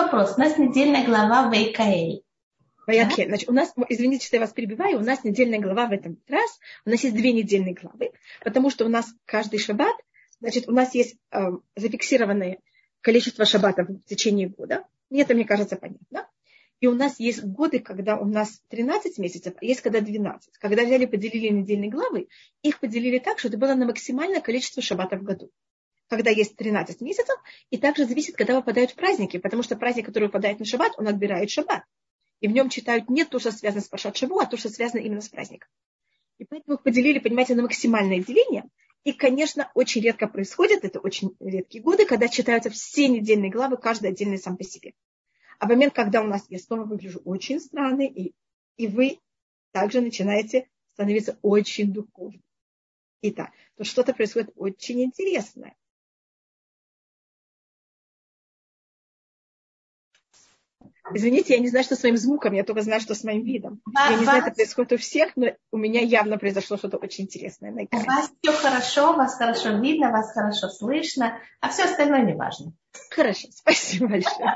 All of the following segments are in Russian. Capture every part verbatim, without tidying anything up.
вопрос. У нас недельная глава Вайкаэль. Вайкаэль. Да? Значит, у нас, извините, что я вас перебиваю, у нас недельная глава в этом раз. У нас есть две недельные главы, потому что у нас каждый шаббат, значит, у нас есть э, зафиксированное количество шаббатов в течение года. И это, мне кажется, понятно. И у нас есть годы, когда у нас тринадцать месяцев, а есть когда двенадцать. Когда взяли, поделили недельные главы, их поделили так, что это было на максимальное количество шаббатов в году. Когда есть тринадцать месяцев, и также зависит, когда выпадают праздники, потому что праздник, который выпадает на шаббат, он отбирает шаббат. И в нем читают не то, что связано с Паршат Шавуа, а то, что связано именно с праздником. И поэтому их поделили, понимаете, на максимальное деление. И, конечно, очень редко происходит, это очень редкие годы, когда читаются все недельные главы, каждый отдельный сам по себе. А в момент, когда у нас, я снова выгляжу очень странно, и, и вы также начинаете становиться очень духовным. Итак, то что-то происходит очень интересное. Извините, я не знаю, что с моим звуком, я только знаю, что с моим видом. А, я не вас... знаю, это происходит у всех, но у меня явно произошло что-то очень интересное. У вас все хорошо, вас хорошо видно, вас хорошо слышно, а все остальное не важно. Хорошо, спасибо большое.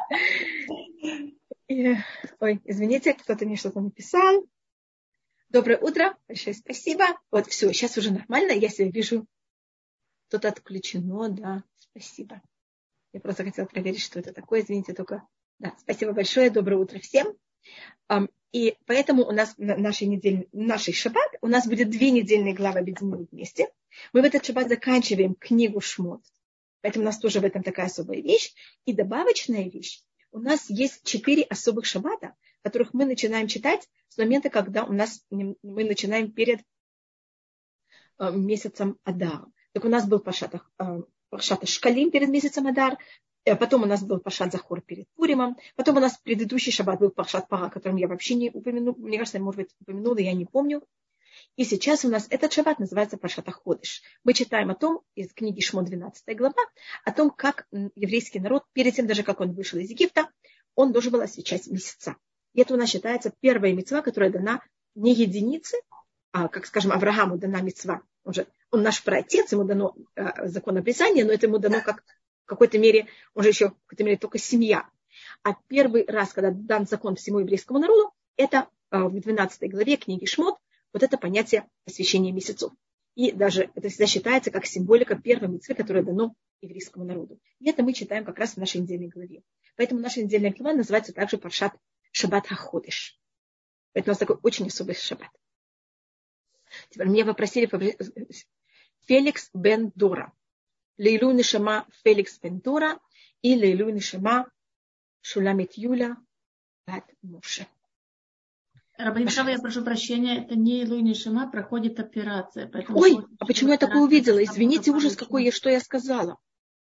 Ой, извините, кто-то мне что-то написал. Доброе утро, большое спасибо. Вот, все, сейчас уже нормально, я себя вижу. Что-то отключено, да, спасибо. Я просто хотела проверить, что это такое, извините, только... Да, спасибо большое, доброе утро всем. И поэтому у нас нашей недель, нашей шаббат, у нас будет две недельные главы объединены вместе. Мы в этот шаббат заканчиваем книгу Шмот. Поэтому у нас тоже в этом такая особая вещь. И добавочная вещь. У нас есть четыре особых шаббата, которых мы начинаем читать с момента, когда у нас, мы начинаем перед э, месяцем Адар. Так у нас был Пашат э, Шкалим перед месяцем Адар. Потом у нас был Пашат Захор перед Пуримом. Потом у нас предыдущий шаббат был Пашат Пара, о котором я вообще не упомянула. Мне кажется, я, может быть, упомянула, я не помню. И сейчас у нас этот шаббат называется Пашат Ходыш. Мы читаем о том, из книги Шмот двенадцатая глава, о том, как еврейский народ, перед тем даже, как он вышел из Египта, он должен был освещать месяца. И это у нас считается первая мицва, которая дана не единице, а, как, скажем, Аврааму дана мицва. Он же, он наш праотец, ему дано э, закон обрезания, но это ему дано как в какой-то мере, он же еще в какой-то мере только семья. А первый раз, когда дан закон всему еврейскому народу, это э, в двенадцатой главе книги Шмот, вот это понятие освящения месяцев. И даже это всегда считается как символика первой мицвы, которая дано еврейскому народу. И это мы читаем как раз в нашей недельной главе. Поэтому наша недельная глава называется также Паршат Шаббат Хаходыш. Это у нас такой очень особый шаббат. Теперь меня попросили Феликс бен Дора. Лейлу Нишама Феликс бен Дора и Лейлу Нишама Шуламит Юля бат Моше. Рабаним Шава, я прошу прощения, это не Лейлу Нишама, проходит операция. Ой, а почему я такое увидела? Извините, ужас какой, я, что я сказала.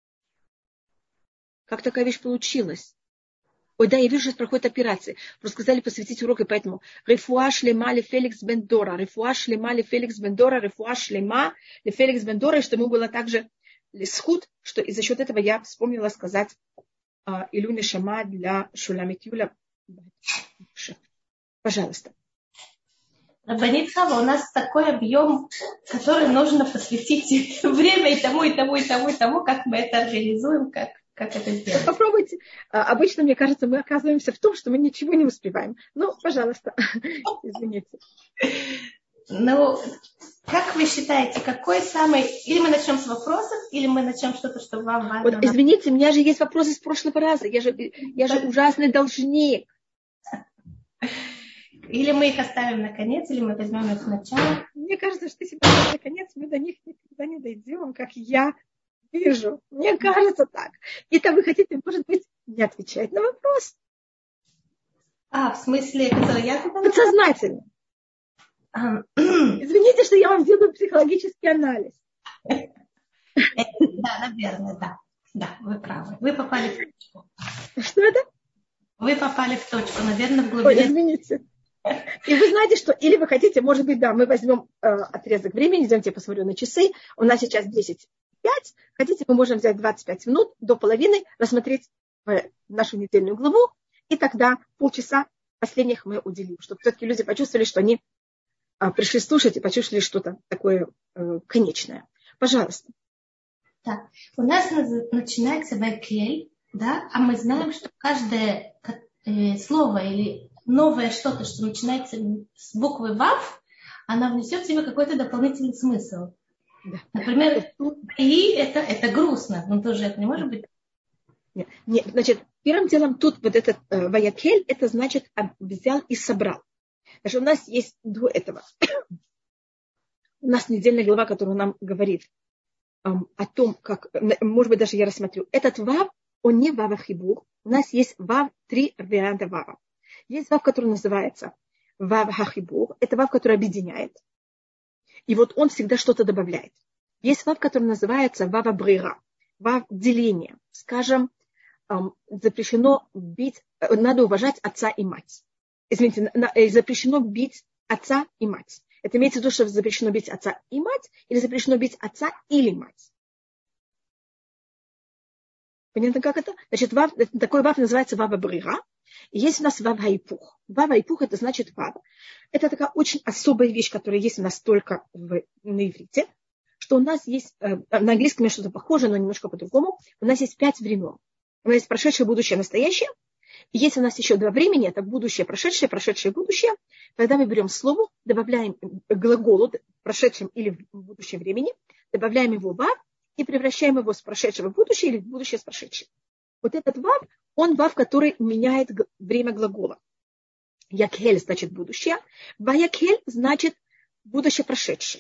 Как такая вещь получилась? Ой, да, я вижу, сейчас проходит операция. Просто сказали посвятить урок, и поэтому Рефуа шлема ли Феликс бен Дора, Рефуа шлема ли Феликс бен Дора, Рефуа шлема ли Феликс бен Дора, и что ему было также лисхут, что и за счет этого я вспомнила сказать а, Илю Нишама для Шуламит Юля. Пожалуйста. Рабанит Хава, у нас такой объем, который нужно посвятить время и тому, и тому, и тому, и тому, как мы это организуем, как, как это сделать. Попробуйте. Обычно, мне кажется, мы оказываемся в том, что мы ничего не успеваем. Ну, пожалуйста, извините. Ну, как вы считаете, какой самый... Или мы начнем с вопросов, или мы начнем что-то, что вам важно? Вот, извините, у меня же есть вопросы с прошлого раза. Я же, я же ужасный должник. Или мы их оставим на конец, или мы возьмем их сначала. Мне кажется, что если мы на конец, мы до них никогда не дойдем, как я вижу. Мне кажется так. И там вы хотите, может быть, не отвечать на вопрос. А, в смысле, который я задала? Подсознательно. Извините, что я вам делаю психологический анализ. Да, наверное, да. Да, вы правы. Вы попали в точку. Что это? Вы попали в точку, наверное, в глубине. Ой, извините. И вы знаете, что, или вы хотите, может быть, да, мы возьмем э, отрезок времени, идемте, я посмотрю на часы, у нас сейчас десять пять, хотите, мы можем взять двадцать пять минут до половины, рассмотреть э, нашу недельную главу, и тогда полчаса последних мы уделим, чтобы все-таки люди почувствовали, что они э, пришли слушать и почувствовали что-то такое э, конечное. Пожалуйста. Так, у нас начинается Вайкаэль, да, а мы знаем, что каждое э, слово или новое что-то, что начинается с буквы Вав, она внесет в себя какой-то дополнительный смысл. Да. Например, и это, это грустно, но тоже это не может быть. Нет, нет, значит, первым делом тут вот этот э, ваякель, это значит взял и собрал. Значит, у нас есть до этого. У нас недельная глава, которая нам говорит эм, о том, как, может быть, даже я рассмотрю. Этот вав, он не вава хибур. У нас есть вав, три варианта вава. Есть вав, который называется вав хахибур. Это вав, который объединяет. И вот он всегда что-то добавляет. Есть вав, который называется вава брира. Вав деления. Скажем, эм, запрещено бить, надо уважать отца и мать. Извините, на, э, запрещено бить отца и мать. Это имеется в виду, что запрещено бить отца и мать, или запрещено бить отца или мать. Понятно, как это? Значит, вав, такой вав называется вава брира. И есть у нас вав хайпух. Вав хайпух это значит вав. Это такая очень особая вещь, которая есть у нас только в, на иврите, что у нас есть, э, на английском что-то похожее, но немножко по-другому. У нас есть пять времен. У нас есть прошедшее, будущее, настоящее. И есть у нас еще два времени, это будущее, прошедшее, прошедшее, будущее. Тогда мы берем слово, добавляем глаголу в прошедшем или в будущем времени, добавляем его в вав и превращаем его с прошедшего в будущее или в будущее с прошедшим. Вот этот вав, он вав, который меняет время глагола. Якхель значит будущее, ваякхель значит будущее прошедшее.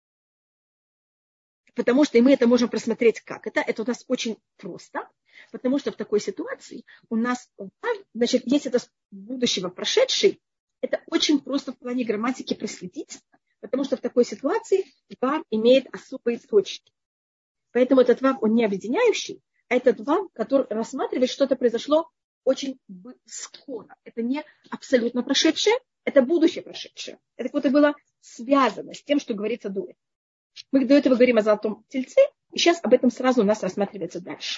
Потому что и мы это можем просмотреть как это. Это у нас очень просто. Потому что в такой ситуации у нас, значит, есть это будущего прошедший, это очень просто в плане грамматики проследить, потому что в такой ситуации вав имеет особые точки. Поэтому этот вав, он не объединяющий, а этот вав, который рассматривает, что-то произошло очень скоро. Это не абсолютно прошедшее, это будущее прошедшее. Это как-то было связано с тем, что говорится до этого. Мы до этого говорим о золотом тельце, и сейчас об этом сразу у нас рассматривается дальше.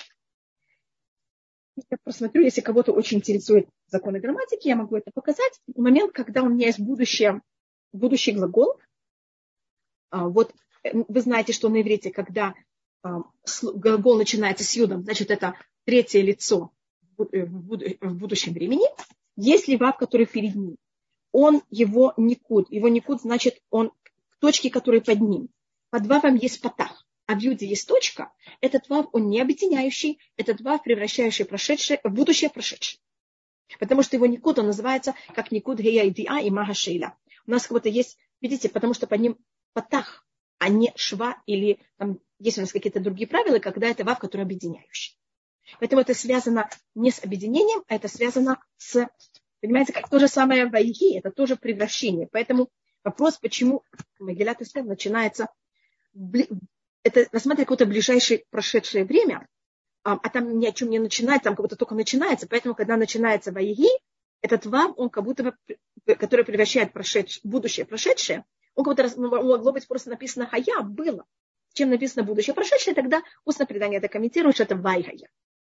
Я просмотрю, если кого-то очень интересует законы грамматики, я могу это показать. В момент, когда у меня есть будущее, будущий глагол, вот вы знаете, что на иврите, когда глагол начинается с юдом, значит, это третье лицо в будущем времени. Если вав, который перед ним, он его никуд, его никуд значит, он точки, которые под ним. Под вавом есть патах. А в юде есть точка, этот вав, он не объединяющий, этот вав, превращающий прошедшее в будущее прошедшее. Потому что его никуд, он называется как никуд гея идиа и мага шейла. У нас как будто есть, видите, потому что под ним патах, а не шва, или там есть у нас какие-то другие правила, когда это вав, который объединяющий. Поэтому это связано не с объединением, а это связано с, понимаете, как то же самое в айги, это тоже превращение. Поэтому вопрос, почему Мегилат Эстер начинается... Это, рассматривать какое-то ближайшее прошедшее время, а, а там ни о чем не начинается, там как будто только начинается. Поэтому, когда начинается ваиги, этот вав, он как будто бы, который превращает прошедшее, будущее прошедшее, он как будто могло быть просто написано хая, было. Чем написано будущее прошедшее, тогда устное предание это комментирует, что это вайгая.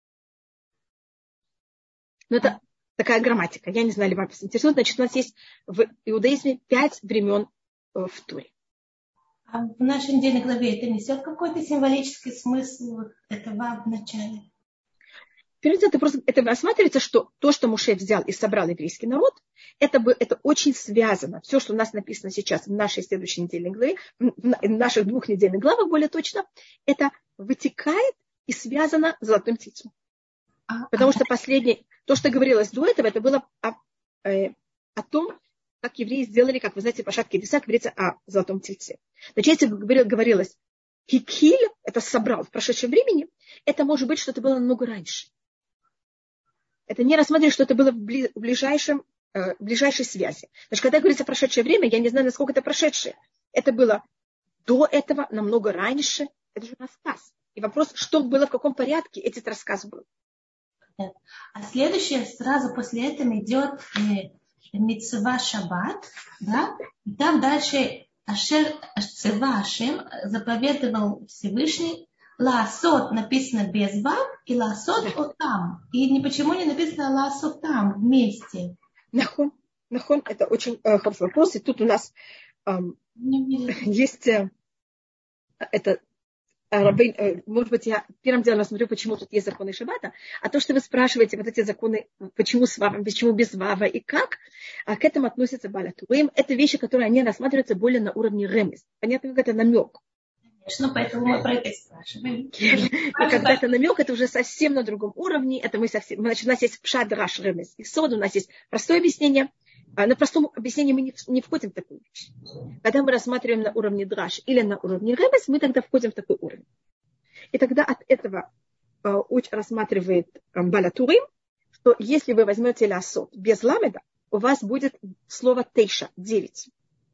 Но это такая грамматика. Я не знаю, ли вас интересует. Значит, у нас есть в иудаизме пять времен в Торе. А в нашей недельной главе это несет какой-то символический смысл этого в начале? Впереди это просто это рассматривается, что то, что Моше взял и собрал еврейский народ, это, бы, это очень связано. Все, что у нас написано сейчас в нашей следующей недельной главе, в наших двух недельных главах более точно, это вытекает и связано с золотым тельцом. А, Потому а, что последнее, то, что говорилось до этого, это было о, э, о том, как евреи сделали, как вы знаете, по шатке Веса говорится о золотом тельце. Значит, если говорилось хикиль, это собрал в прошедшем времени, это может быть, что это было намного раньше. Это не рассматривать, что это было в ближайшем, э, в ближайшей связи. Значит, когда говорится прошедшее время, я не знаю, насколько это прошедшее. Это было до этого, намного раньше. Это же рассказ. И вопрос, что было, в каком порядке этот рассказ был. А следующее, сразу после этого идет мицва шаббат, да? И там дальше Ашер, Цева Ашем заповедовал Всевышний, лаасот написано без вав, и лаасот отам. И ни почему не написано лаасот там вместе. Нахон, нахон, это очень э, хороший вопрос. И тут у нас э, есть э, это может быть, я первым делом рассмотрю, почему тут есть законы шаббата, а то, что вы спрашиваете, вот эти законы, почему с вавом, почему без вава и как, а к этому относятся Бааль ха-Турим. Это вещи, которые они рассматриваются более на уровне ремес. Понятно, как это намек. Конечно, поэтому мы про это и спрашиваем. И когда это намек, это уже совсем на другом уровне. Это мы совсем, значит, у нас есть пшат, раш, ремес и сод, у нас есть простое объяснение. А на простом объяснении мы не, не входим в такую вещь. Когда мы рассматриваем на уровне драш или на уровне ремес, мы тогда входим в такой уровень. И тогда от этого э, уч рассматривает э, Бааль ха-Турим, что если вы возьмете ласот без ламеда, у вас будет слово тейша, девять.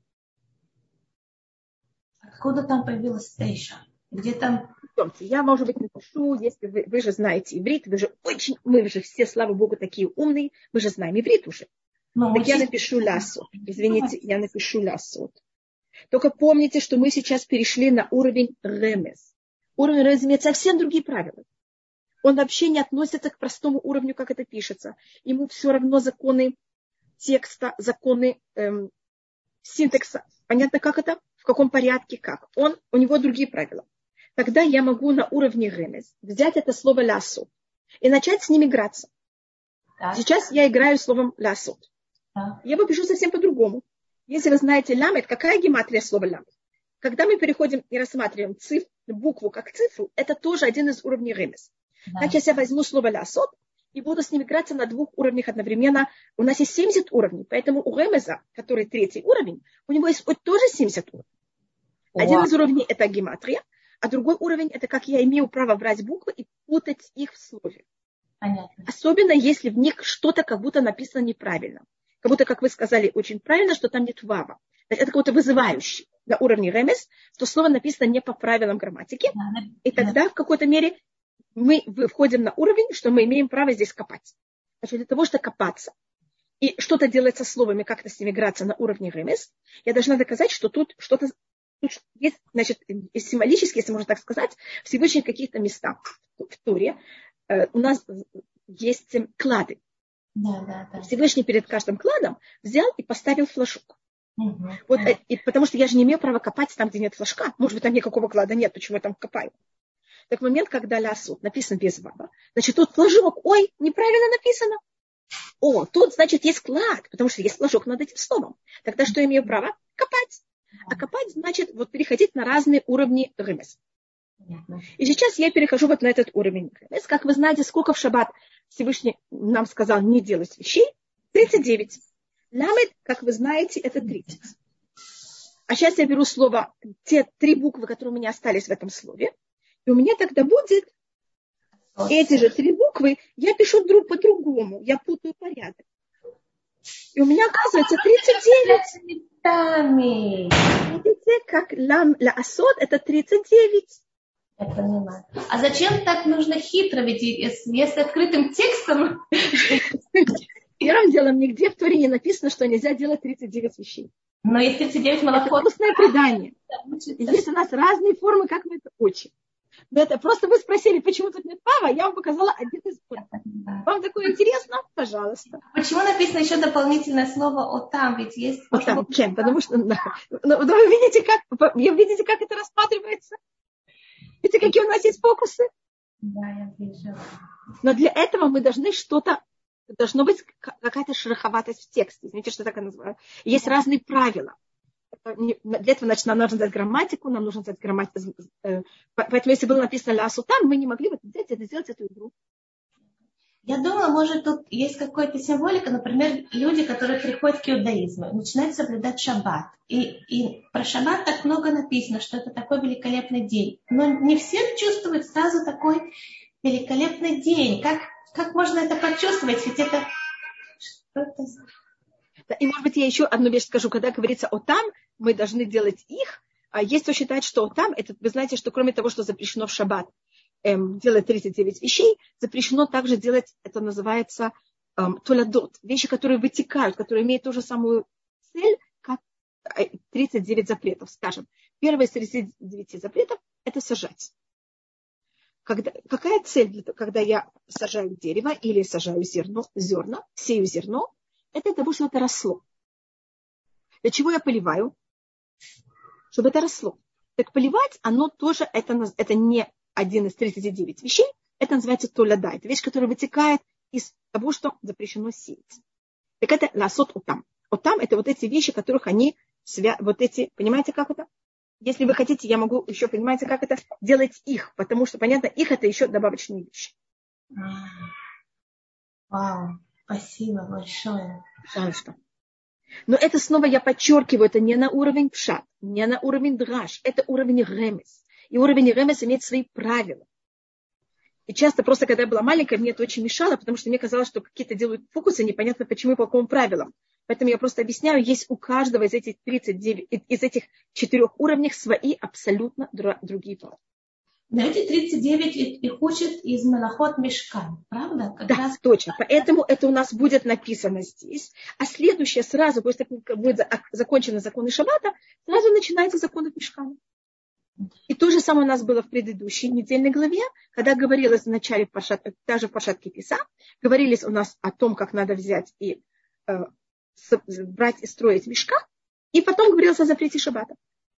Откуда там появилась тейша? Где там? Я, может быть, напишу, если вы, вы же знаете иврит, вы же очень, мы же все, слава Богу, такие умные, мы же знаем иврит уже. Но так я напишу ласот. Извините, я напишу ласот. Только помните, что мы сейчас перешли на уровень ремес. Уровень ремес имеет совсем другие правила. Он вообще не относится к простому уровню, как это пишется. Ему все равно законы текста, законы эм, синтекса. Понятно, как это? В каком порядке, как. Он, у него другие правила. Тогда я могу на уровне ремес взять это слово ласот и начать с ним играться. Так. Сейчас я играю словом ласот. Да. Я попишу совсем по-другому. Если вы знаете ламет, какая гематрия слова ламет? Когда мы переходим и рассматриваем цифру, букву как цифру, это тоже один из уровней ремес. Да. Значит, если я возьму слово ласот и буду с ним играться на двух уровнях одновременно, у нас есть семьдесят уровней, поэтому у ремеза, который третий уровень, у него есть тоже семьдесят уровней. Wow. Один из уровней это гематрия, а другой уровень это как я имею право брать буквы и путать их в слове. Понятно. Особенно если в них что-то как будто написано неправильно. Как будто, как вы сказали, очень правильно, что там нет вава. Это какое-то вызывающее на уровне ремес, что слово написано не по правилам грамматики. И тогда в какой-то мере мы входим на уровень, что мы имеем право здесь копать. Значит, для того, чтобы копаться и что-то делать со словами, как-то с ними играться на уровне ремес, я должна доказать, что тут что-то тут есть, значит, символически, если можно так сказать, Всевышний в каких-то местах в Торе э, у нас есть клады. Да, да, да. Всевышний перед каждым кладом взял и поставил флажок. Угу. Вот, и, потому что я же не имею права копать там, где нет флажка. Может быть, там никакого клада нет, почему я там копаю. Так в момент, когда лясут написан без вава, значит, тут флажок, ой, неправильно написано. О, тут, значит, есть клад, потому что есть флажок над этим словом. Тогда что я имею право? Копать. А копать значит вот переходить на разные уровни ремес. И сейчас я перехожу вот на этот уровень ремес. Как вы знаете, сколько в шаббат Всевышний нам сказал не делать вещей? тридцать девять. Ламед, как вы знаете, это тридцать. А сейчас я беру слово, те три буквы, которые у меня остались в этом слове. И у меня тогда будет эти же три буквы, я пишу друг по-другому. Я путаю порядок. И у меня оказывается тридцать девять. Видите, как лам ла асот это тридцать девять. Я понимаю. А зачем так нужно хитро? Ведь если, если открытым текстом... Первым делом нигде в Торе не написано, что нельзя делать тридцать девять вещей. Но есть тридцать девять молоко. Это устное предание. И есть у нас разные формы, как мы это учим. Но это просто вы спросили, почему тут нет вава, я вам показала один из форм. Вам такое интересно? Пожалуйста. Почему написано еще дополнительное слово «отам»? Ведь есть... «Отам» чем? Потому что... Ну, вы видите, как, вы видите, как это рассматривается? Видите, какие у нас есть фокусы? Да, я вижу. Но для этого мы должны что-то... Должна быть какая-то шероховатость в тексте. Знаете, что такое называют? Есть да. разные правила. Для этого, значит, нам нужно знать грамматику, нам нужно знать грамматику. Поэтому, если было написано «лясу там», мы не могли бы взять и сделать эту игру. Я думала, может, тут есть какая-то символика. Например, люди, которые приходят к иудаизму, начинают соблюдать шаббат. И, и про шаббат так много написано, что это такой великолепный день. Но не все чувствуют сразу такой великолепный день. Как, как можно это почувствовать? Ведь это... Что-то... И, может быть, я еще одну вещь скажу. Когда говорится о там, мы должны делать их. А есть кто считает, что там, это, вы знаете, что кроме того, что запрещено в шаббат эм, делать тридцать девять вещей, запрещено также делать, это называется эм, толядот, вещи, которые вытекают, которые имеют ту же самую цель, как тридцать девять запретов. Скажем, первый из тридцати девяти запретов – это сажать. Когда, какая цель, когда я сажаю дерево или сажаю зерно, зерна, сею зерно? Это для того, чтобы это росло. Для чего я поливаю? Чтобы это росло. Так поливать, оно тоже, это, это не один из тридцати девяти вещей, это называется толяда. Это вещь, которая вытекает из того, что запрещено сеять. Так это ласот отам. Отам это вот эти вещи, которых они, свя... вот эти, понимаете, как это? Если вы хотите, я могу еще, понимаете, как это, делать их, потому что, понятно, их это еще добавочные вещи. Вау, спасибо большое. Пожалуйста. Но это снова я подчеркиваю, это не на уровень пшат, не на уровень драш, это уровень ремес. И уровень ремес имеет свои правила. И часто просто, когда я была маленькая, мне это очень мешало, потому что мне казалось, что какие-то делают фокусы, непонятно почему и по каким правилам. Поэтому я просто объясняю, есть у каждого из этих тридцати девяти, из этих четырех уровней свои абсолютно другие правила. Но эти тридцать девять их учат из Мелахот Мишкан, правда? Как да, раз... точно. Поэтому это у нас будет написано здесь. А следующее сразу, после того, как будет закончены законы Шаббата, сразу начинаются законы Мишкана. И то же самое у нас было в предыдущей недельной главе, когда говорилось в начале, даже в Паршат Ки-Тиса, говорилось у нас о том, как надо взять и э, брать и строить мишкан, и потом говорилось о запрете Шаббата.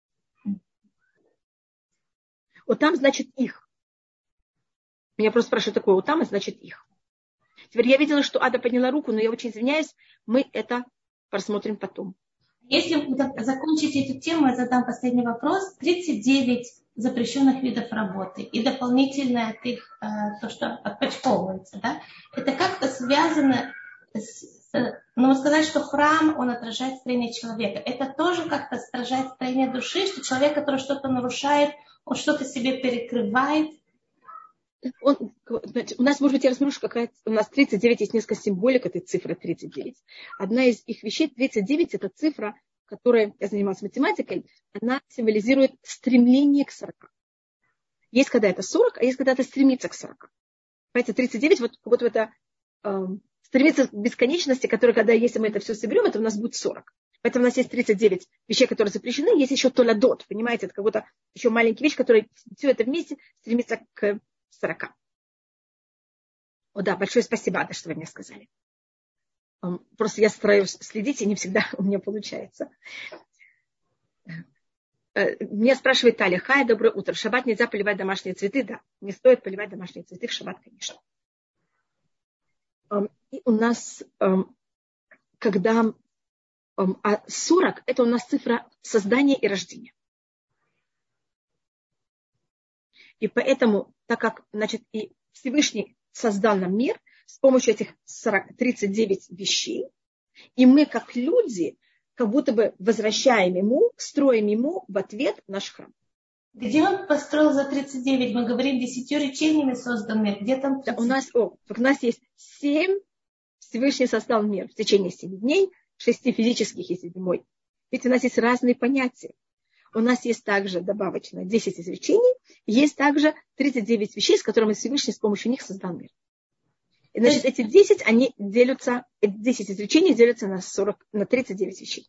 Вот там значит их. Меня просто спрашивают такое, вот там и значит их. Теперь я видела, что Ада подняла руку, но я очень извиняюсь, мы это просмотрим потом. Если закончить эту тему, я задам последний вопрос. тридцать девять запрещенных видов работы и дополнительно от их, то, что отпочковывается, да? Это как-то связано с... Но сказать, что храм, он отражает строение человека. Это тоже как-то отражает строение души, что человек, который что-то нарушает, он что-то себе перекрывает. Он, значит, у нас, может быть, я разберу, какая у нас тридцать девять, есть несколько символик этой цифры тридцать девять. Одна из их вещей, тридцать девять, это цифра, которая, я занималась математикой, она символизирует стремление к сорока. Есть когда это сорок, а есть когда это стремится к сорока. Понимаете, тридцать девять, вот, вот это э, стремится к бесконечности, которая, когда, если мы это все соберем, это у нас будет сорок. Поэтому у нас есть тридцать девять вещей, которые запрещены, есть еще толядот, понимаете, это как будто еще маленькие вещи, которые все это вместе стремится к сорока. О, да, большое спасибо, Ада, что вы мне сказали. Просто я стараюсь следить, и не всегда у меня получается. Меня спрашивает Таля: Хай, доброе утро. В шаббат нельзя поливать домашние цветы? Да, не стоит поливать домашние цветы в шаббат, конечно. И у нас, когда сорок, это у нас цифра создания и рождения. И поэтому, так как, значит, и Всевышний создал нам мир с помощью этих тридцати девяти вещей, и мы, как люди, как будто бы возвращаем ему, строим ему в ответ наш храм. Где он построил за тридцать девять? Мы говорим, десятью речениями создан мир. Где там да, у нас, о, у нас есть семь, Всевышний создал мир в течение семи дней, шести физических и седьмой. Ведь у нас есть разные понятия. У нас есть также добавочно десять изречений, есть также тридцать девять вещей, с которыми Всевышний с помощью них создал мир. И, значит, эти десять, они делятся, десять изречений делятся на, сорок, на тридцать девять вещей.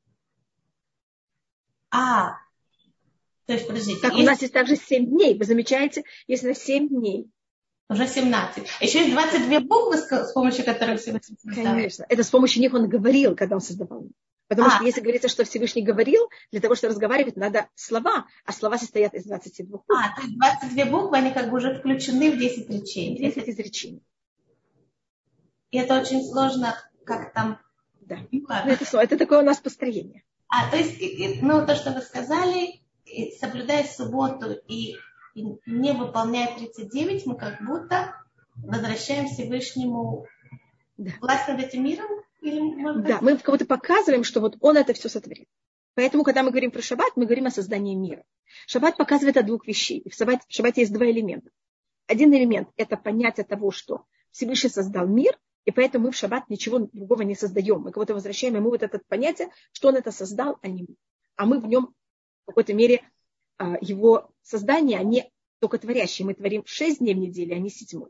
А, то есть, подождите. Так, есть... у нас есть также семь дней, вы замечаете, есть на семь дней. Уже семнадцать. Еще есть двадцать две буквы, с помощью которых Всевышний создал. Конечно, это с помощью них он говорил, когда он создавал мир. Потому а. что если говорится, что Всевышний говорил, для того, чтобы разговаривать, надо слова, а слова состоят из двадцати двух букв. А, то есть двадцать две буквы, они как бы уже включены в десять речений. десять изречений. И это очень сложно, как там... Да, это, это такое у нас построение. А, то есть, ну, то, что вы сказали, соблюдая субботу и, и не выполняя тридцать девять, мы как будто возвращаем Всевышнему да. власть над этим миром. Или, может быть... Да, мы кого-то показываем, что вот он это все сотворил. Поэтому, когда мы говорим про шаббат, мы говорим о создании мира. Шаббат показывает о двух вещей. В шаббате, в шаббате есть два элемента. Один элемент – это понятие того, что Всевышний создал мир, и поэтому мы в шаббат ничего другого не создаем. Мы кого-то возвращаем ему вот это понятие, что он это создал, а не мы. А мы в нем, в какой-то мере, его создание, а не только творящие. Мы творим шесть дней в неделю, а не седьмой.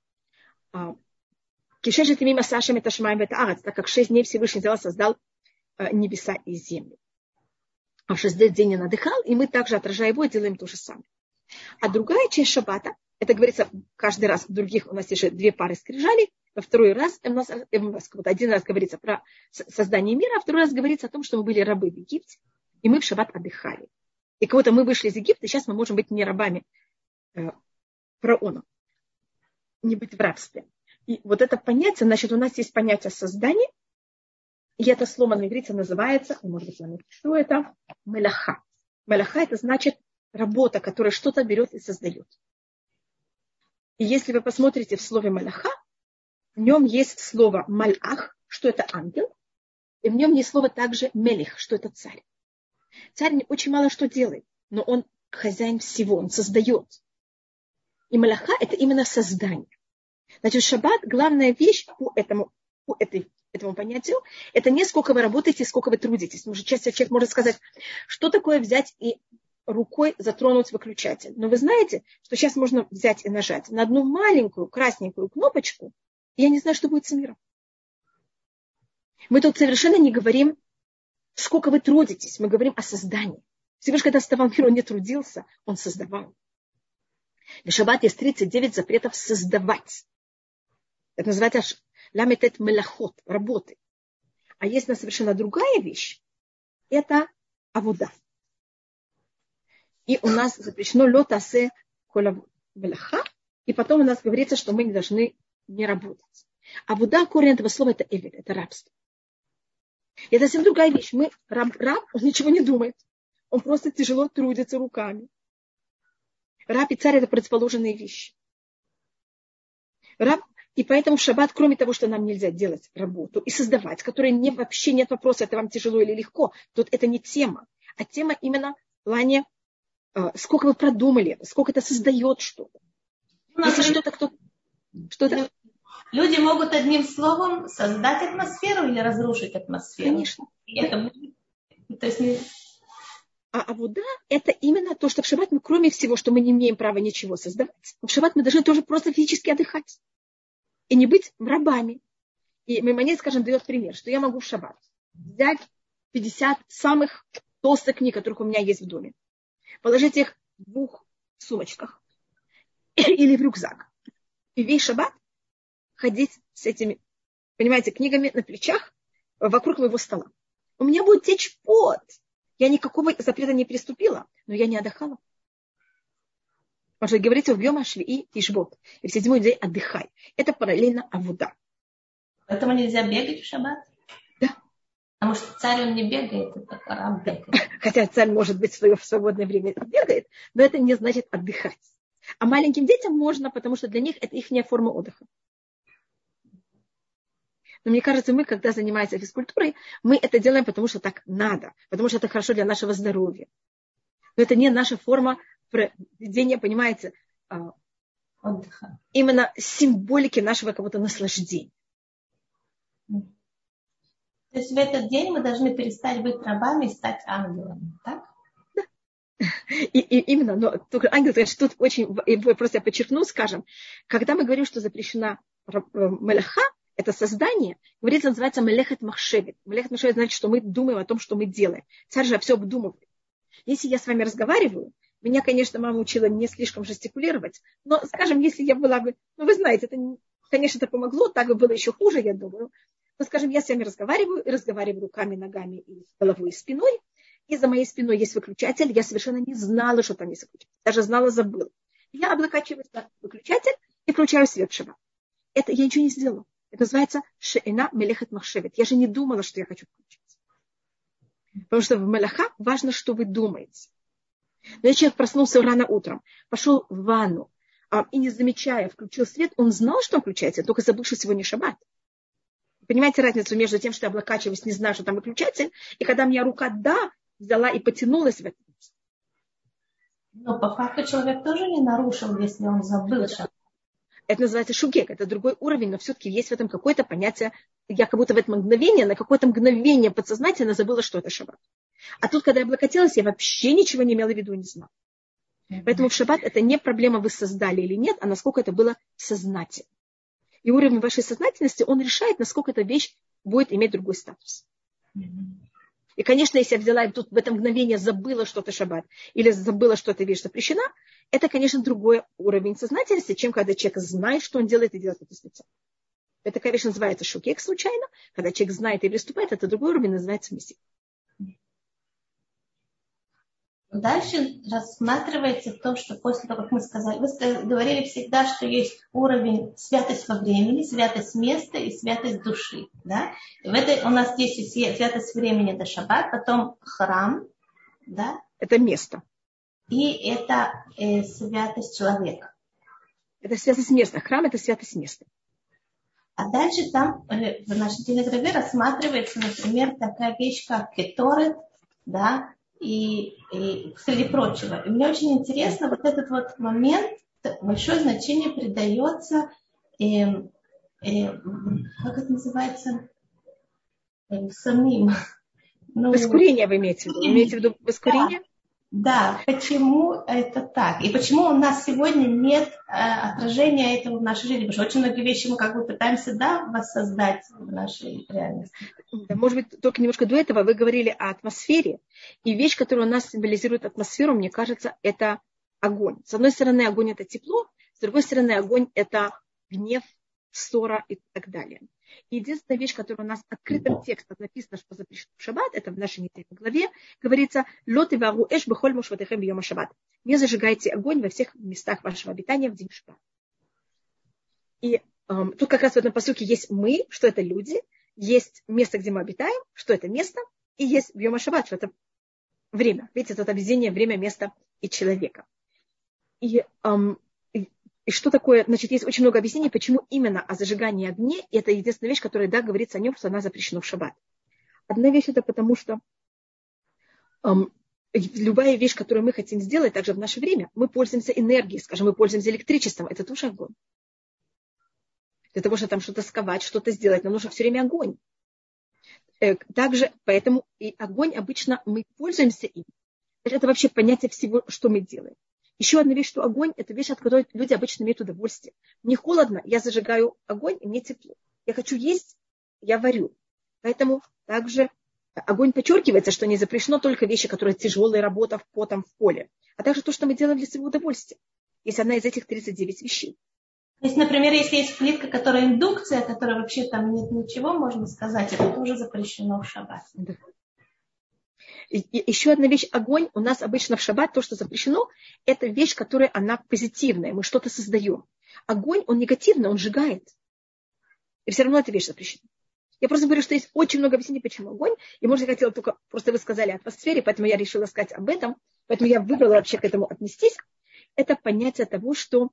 Кишешет мимо Сашем это Шмаем это Арец, так как шесть дней Всевышний взял, создал небеса и землю. А в шестой день он отдыхал, и мы также, отражая его, делаем то же самое. А другая часть шаббата, это говорится каждый раз, в других у нас есть две пары скрижалей, во второй раз, у нас, один раз говорится про создание мира, а второй раз говорится о том, что мы были рабы в Египте, и мы в шаббат отдыхали. И как будто мы вышли из Египта, сейчас мы можем быть не рабами э, фараона, не быть в рабстве. И вот это понятие, значит, у нас есть понятие создания, и это слово на иврите называется, может быть, я напишу это, мелаха. Мелаха это значит работа, которая что-то берет и создает. И если вы посмотрите в слове мелаха, в нем есть слово мальах, что это ангел, и в нем есть слово также мелих, что это царь. Царь очень мало что делает, но он хозяин всего, он создает. И мелаха это именно создание. Значит, шаббат, главная вещь по этому, по этой, этому понятию, это не сколько вы работаете, сколько вы трудитесь. Потому что часто человек может сказать, что такое взять и рукой затронуть выключатель. Но вы знаете, что сейчас можно взять и нажать на одну маленькую красненькую кнопочку, и я не знаю, что будет с миром. Мы тут совершенно не говорим, сколько вы трудитесь, мы говорим о создании. Всевышний, когда создавал мир, он не трудился, он создавал. В шаббат есть тридцать девять запретов создавать. Это называется ламетет мелахот, работы. А есть на совершенно другая вещь, это авуда. И у нас запрещено лот асе кола мелаха, и потом у нас говорится, что мы не должны не работать. Авуда, корень этого слова, это эвид, это рабство. Это совсем другая вещь. Мы, раб, раб, он ничего не думает. Он просто тяжело трудится руками. Раб и царь – это противоположные вещи. Раб, и поэтому в шаббат, кроме того, что нам нельзя делать работу и создавать, которой не, вообще нет вопроса, это вам тяжело или легко, тут это не тема, а тема именно в плане, э, сколько вы продумали, сколько это создает что-то. Ну, если что-то кто что-то... Люди могут одним словом создать атмосферу или разрушить атмосферу. Конечно. Это, то есть не... А авуда – это именно то, что в шаббат мы, кроме всего, что мы не имеем права ничего создавать, в шаббат мы должны тоже просто физически отдыхать. И не быть рабами. И Маймонид, скажем, дает пример, что я могу в шаббат взять пятьдесят самых толстых книг, которых у меня есть в доме, положить их в двух сумочках или в рюкзак. И весь шаббат ходить с этими, понимаете, книгами на плечах вокруг моего стола. У меня будет течь пот. Я никакого запрета не приступила, но я не отдыхала. Потому что говорится в Йом ха-Шви'i Тишбот. И в седьмой день отдыхай. Это параллельно авуда. Поэтому нельзя бегать в шаббат? Да. Потому что царь он не бегает, это раб бегает. Хотя царь, может быть, в свое свободное время бегает, но это не значит отдыхать. А маленьким детям можно, потому что для них это их форма отдыха. Но мне кажется, мы, когда занимаемся физкультурой, мы это делаем, потому что так надо, потому что это хорошо для нашего здоровья. Но это не наша форма проведения, понимаете, отдыха. Именно символики нашего какого-то наслаждения. То есть в этот день мы должны перестать быть рабами и стать ангелами, так? Да. И, и именно, но только ангел, конечно, тут очень, просто я подчеркну, скажем, когда мы говорим, что запрещена мелаха, это создание, говорится, называется мелехет махшевет. Мелехет махшевет значит, что мы думаем о том, что мы делаем. Царь же все обдумывает. Если я с вами разговариваю, меня, конечно, мама учила не слишком жестикулировать, но, скажем, если я была бы, ну, вы знаете, это, конечно, это помогло, так бы было еще хуже, я думаю. Но, скажем, я с вами разговариваю, и разговариваю руками, ногами, и головой, и спиной, и за моей спиной есть выключатель, я совершенно не знала, что там есть выключатель, даже знала, забыла. Я облокачиваюсь на выключатель и включаю свет в шаббат. Это я ничего не сделала. Это называется ше'ена мелехет махшевет. Я же не думала, что я хочу включить. Потому что в мелаха важно, что вы думаете. Но если человек проснулся рано утром, пошел в ванну, а, и не замечая, включил свет, он знал, что он включается, только забыл, что сегодня шаббат. Понимаете разницу между тем, что я облокачиваюсь, не знаю, что там выключатель, и когда у меня рука «да» взяла и потянулась в это. Но по факту человек тоже не нарушил, если он забыл шаббат. Это называется шугек, это другой уровень, но все-таки есть в этом какое-то понятие, я как будто в это мгновение, на какое-то мгновение подсознательно забыла, что это шаббат. А тут, когда я облокотилась, я вообще ничего не имела в виду, не знала. Mm-hmm. Поэтому в шаббат это не проблема, вы создали или нет, а насколько это было сознательно. И уровень вашей сознательности, он решает, насколько эта вещь будет иметь другой статус. Mm-hmm. И, конечно, если я взяла и тут в это мгновение забыла, что это шаббат, или забыла, что эта вещь запрещена, это, конечно, другой уровень сознательности, чем когда человек знает, что он делает, и делает это специально. Это, конечно, называется шукек случайно. Когда человек знает и приступает, это другой уровень, называется миссия. Дальше рассматривается то, что после того, как мы сказали, вы говорили всегда, что есть уровень святость во времени, святость места и святость души. Да? И в этой у нас есть святость времени, это шаббат, потом храм, да? Это место. И это э, святость человека. Это святость места. Храм – это святость места. А дальше там э, в нашей телеграфе рассматривается, например, такая вещь, как кеторет, да, И, и среди прочего. И мне очень интересно вот этот вот момент, большое значение придается, э, э, как это называется, э, самим. Ну, воскурение вы имеете в виду? Вы имеете в виду воскурение? Да, да, почему это так? И почему у нас сегодня нет э, отражения этого в нашей жизни? Потому что очень многие вещи мы как бы пытаемся, да, воссоздать в нашей реальности. Да, может быть, только немножко до этого вы говорили о атмосфере. И вещь, которая у нас символизирует атмосферу, мне кажется, это огонь. С одной стороны, огонь – это тепло, с другой стороны, огонь – это гнев, ссора и так далее. И единственная вещь, которая у нас открытым текстом написана, что запрещено в шаббат, это в нашей недельной главе, говорится «Лот и вару эш бехоль мушватехем бьема шаббат». Не зажигайте огонь во всех местах вашего обитания в день шаббат. И эм, тут как раз в этом пасуке есть мы, что это люди, есть место, где мы обитаем, что это место, и есть бьема шаббат, что это время. Видите, это объединение время, места и человека. И эм, И что такое? Значит, есть очень много объяснений, почему именно о зажигании огня. И это единственная вещь, которая, да, говорится о нем, что она запрещена в шаббат. Одна вещь это потому, что эм, любая вещь, которую мы хотим сделать, также в наше время, мы пользуемся энергией, скажем, мы пользуемся электричеством. Это тоже огонь. Для того, чтобы там что-то сковать, что-то сделать, нам нужно все время огонь. Э, также, поэтому и огонь обычно мы пользуемся им. Это вообще понятие всего, что мы делаем. Еще одна вещь, что огонь – это вещь, от которой люди обычно имеют удовольствие. Мне холодно, я зажигаю огонь, и мне тепло. Я хочу есть, я варю. Поэтому также огонь подчеркивается, что не запрещено только вещи, которые тяжелая работа, в потом в поле, а также то, что мы делаем для своего удовольствия. Есть одна из этих тридцати девяти вещей. То есть, например, если есть плитка, которая индукция, которая вообще там нет ничего, можно сказать, это тоже запрещено в шаббат. Да. И, и еще одна вещь, огонь у нас обычно в шаббат, то, что запрещено, это вещь, которая она позитивная, мы что-то создаем. Огонь, он негативный, он сжигает. И все равно эта вещь запрещена. Я просто говорю, что есть очень много объяснений, почему огонь. И, может, я хотела только, просто вы сказали о атмосфере, поэтому я решила сказать об этом. Поэтому я выбрала вообще к этому отнестись. Это понятие того, что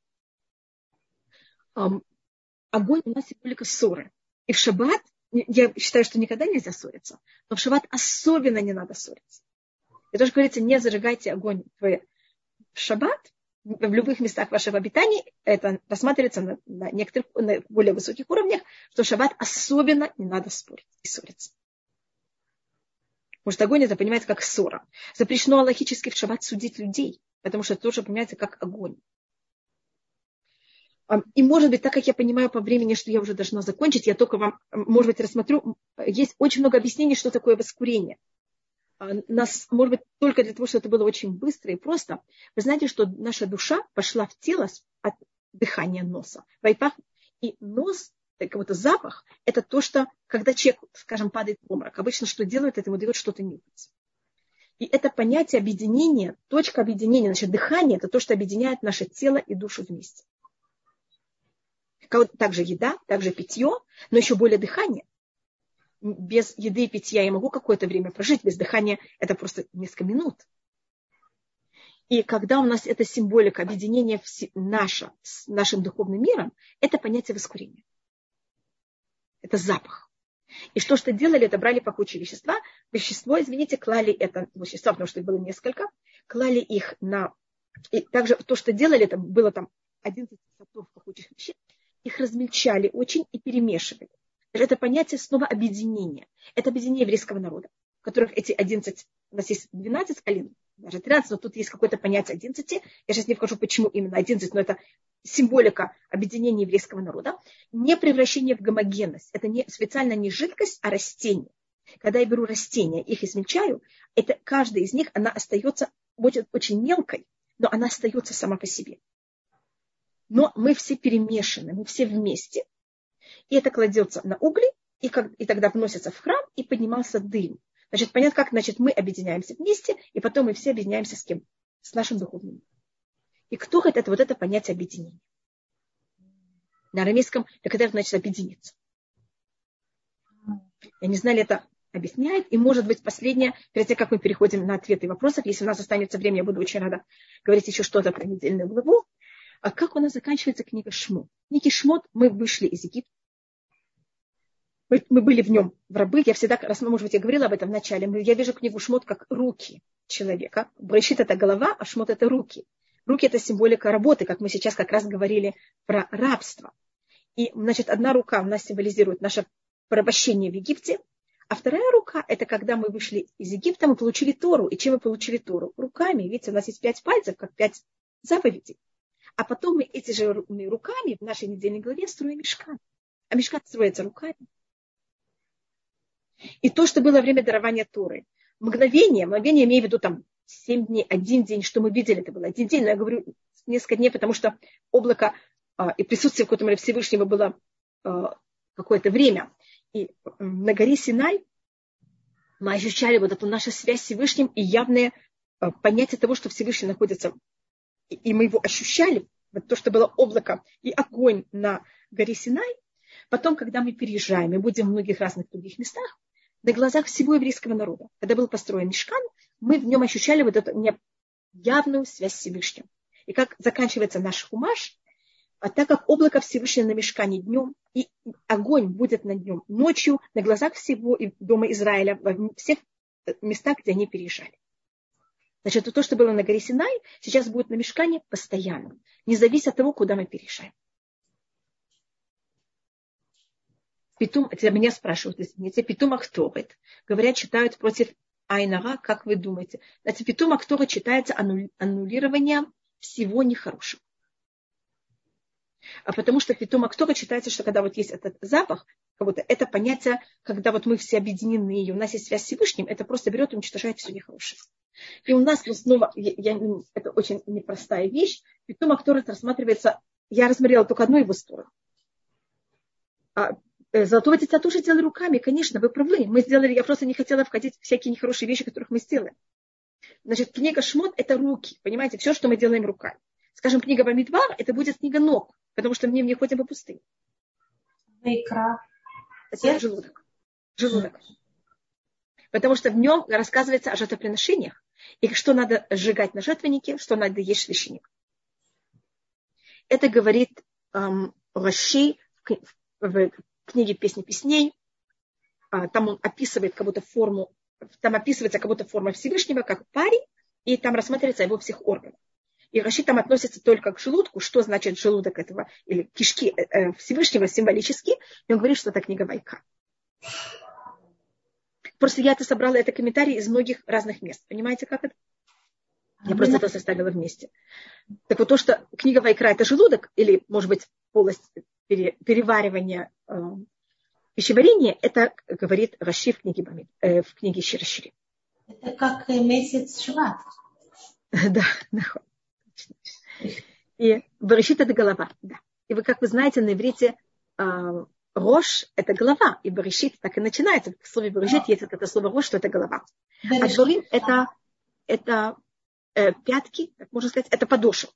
эм, огонь у нас символика ссоры. И в шаббат, я считаю, что никогда нельзя ссориться, но в шаббат особенно не надо ссориться. И тоже говорится, не зажигайте огонь в шаббат, в любых местах вашего обитания. Это рассматривается на, на некоторых, на более высоких уровнях, что в шаббат особенно не надо спорить и ссориться. Потому что огонь это понимается как ссора. Запрещено аллахически в шаббат судить людей, потому что это тоже понимается как огонь. И, может быть, так как я понимаю по времени, что я уже должна закончить, я только вам, может быть, рассмотрю. Есть очень много объяснений, что такое воскурение. Нас, может быть, только для того, чтобы это было очень быстро и просто. Вы знаете, что наша душа пошла в тело от дыхания носа. И нос, какой-то запах, это то, что, когда человек, скажем, падает в обморок, обычно что делают, это ему дает что-то нюхать. И это понятие объединения, точка объединения, значит, дыхание, это то, что объединяет наше тело и душу вместе. Также еда, также питье, но еще более дыхание. Без еды и питья я могу какое-то время прожить, без дыхания это просто несколько минут. И когда у нас эта символика объединения наша с нашим духовным миром, это понятие воскурения. Это запах. И что что делали, это брали пахучие вещества. Вещество, извините, клали это вещество, потому что их было несколько, клали их на... И также то, что делали, это было там одиннадцать сортов пахучих веществ, их размельчали очень и перемешивали. Это понятие снова объединения. Это объединение еврейского народа, в которых эти одиннадцать, у нас есть двенадцать колен, даже тринадцать, но тут есть какое-то понятие одиннадцати. Я сейчас не вхожу, почему именно одиннадцать, но это символика объединения еврейского народа. Не превращение в гомогенность. Это не, специально не жидкость, а растение. Когда я беру растения, их измельчаю, это каждая из них, она остается будет очень мелкой, но она остается сама по себе. Но мы все перемешаны, мы все вместе. И это кладется на угли, и, как, и тогда вносится в храм, и поднимался дым. Значит, понятно, как, значит, мы объединяемся вместе, и потом мы все объединяемся с кем? С нашим духовным. И кто это вот это понятие объединения? На арамейском, так это значит объединиться. Я не знаю, ли это объясняет. И, может быть, последнее, перед тем, как мы переходим на ответы и вопросы, если у нас останется время, я буду очень рада говорить еще что-то про недельную главу. А как у нас заканчивается книга Шмот? В книге Шмот мы вышли из Египта. Мы, мы были в нем в рабы. Я всегда, раз, может быть, я говорила об этом в начале, я вижу книгу Шмот как руки человека. Брешит — это голова, а Шмот — это руки. Руки — это символика работы, как мы сейчас как раз говорили про рабство. И, значит, одна рука у нас символизирует наше порабощение в Египте, а вторая рука — это когда мы вышли из Египта, мы получили Тору. И чем мы получили Тору? Руками. Видите, у нас есть пять пальцев, как пять заповедей. А потом мы эти же руками в нашей недельной главе строим мишкан. А мишкан строится руками. И то, что было во время дарования Торы. Мгновение, мгновение, имею в виду там семь дней, один день, что мы видели, это был один день, но я говорю несколько дней, потому что облако а, и присутствие в котором Всевышнего было а, какое-то время. И на горе Синай мы ощущали вот эту нашу связь с Всевышним и явное а, понятие того, что Всевышний находится, и, и мы его ощущали, вот то, что было облако и огонь на горе Синай. Потом, когда мы переезжаем, мы будем в многих разных других местах, на глазах всего еврейского народа, когда был построен мишкан, мы в нем ощущали вот эту явную связь с Всевышним. И как заканчивается наш хумаш, а так как облако Всевышнего на мишкане днем, и огонь будет над нем ночью, на глазах всего дома Израиля, во всех местах, где они переезжали. Значит, то, что было на горе Синай, сейчас будет на мишкане постоянно, не зависит от того, куда мы переезжаем. Питум, меня спрашивают, извините, Питум Ахторет, говорят, читают против Айнара, как вы думаете? Значит, Питум Ахторет читается аннулирование всего нехорошего. А потому что Питум Ахторет читается, что когда вот есть этот запах, как будто это понятие, когда вот мы все объединены, и у нас есть связь с Всевышним, это просто берет и уничтожает все нехорошее. И у нас снова, я, я, это очень непростая вещь, Питум Ахторет рассматривается, я рассмотрела только одну его сторону. А Золотого тельца тоже делали руками, конечно, вы правы. Мы сделали, я просто не хотела входить в всякие нехорошие вещи, которых мы сделали. Значит, книга Шмот — это руки, понимаете, все, что мы делаем руками. Скажем, книга Бамидбар — это будет книга ног, потому что мы в ней ходим по пустыне. Икра. Это желудок. Желудок. Потому что в нем рассказывается о жертвоприношениях, и что надо сжигать на жертвеннике, что надо есть священник. Это говорит эм, Раши в, в книге «Песни песней», там он описывает как будто форму, там описывается как будто форма Всевышнего, как парень, и там рассматривается его всех органов. И Раши там относится только к желудку, что значит желудок этого, или кишки Всевышнего символически, и он говорит, что это книга Вайкра. Просто я это собрала, это комментарий из многих разных мест. Понимаете, как это? Я просто это составила вместе. Так вот то, что книга Вайкра — это желудок, или, может быть, полость переваривания э, пищеварения, это говорит Раши в книге, э, в книге Широшири. Это как месяц Шват. Да, да. И Берешит — это голова, да. И вы, как вы знаете, на иврите э, Рош — это голова, и Берешит так и начинается. В слове Берешит есть это слово Рош, что это голова. А Дворим — это, это э, пятки, как можно сказать, это подошва.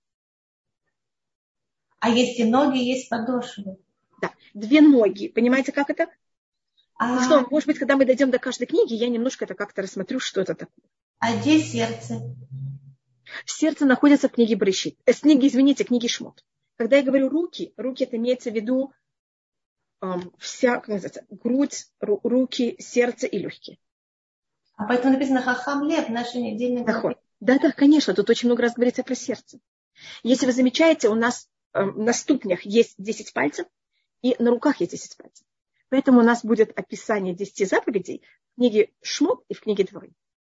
А есть и ноги, есть подошвы. Да, две ноги. Понимаете, как это? А... Ну что, может быть, когда мы дойдем до каждой книги, я немножко это как-то рассмотрю, что это такое. А где сердце? Сердце находится в книге Берешит. Э, в книге, извините, книге Шмот. Когда я говорю руки, руки — это имеется в виду эм, вся, как называется, грудь, ру, руки, сердце и легкие. А поэтому написано Хахам Лев в нашей недельной главе. Да, да, конечно, тут очень много раз говорится про сердце. Если вы замечаете, у нас на ступнях есть десять пальцев, и на руках есть десять пальцев. Поэтому у нас будет описание десяти заповедей в книге Шмот и в книге Дворим.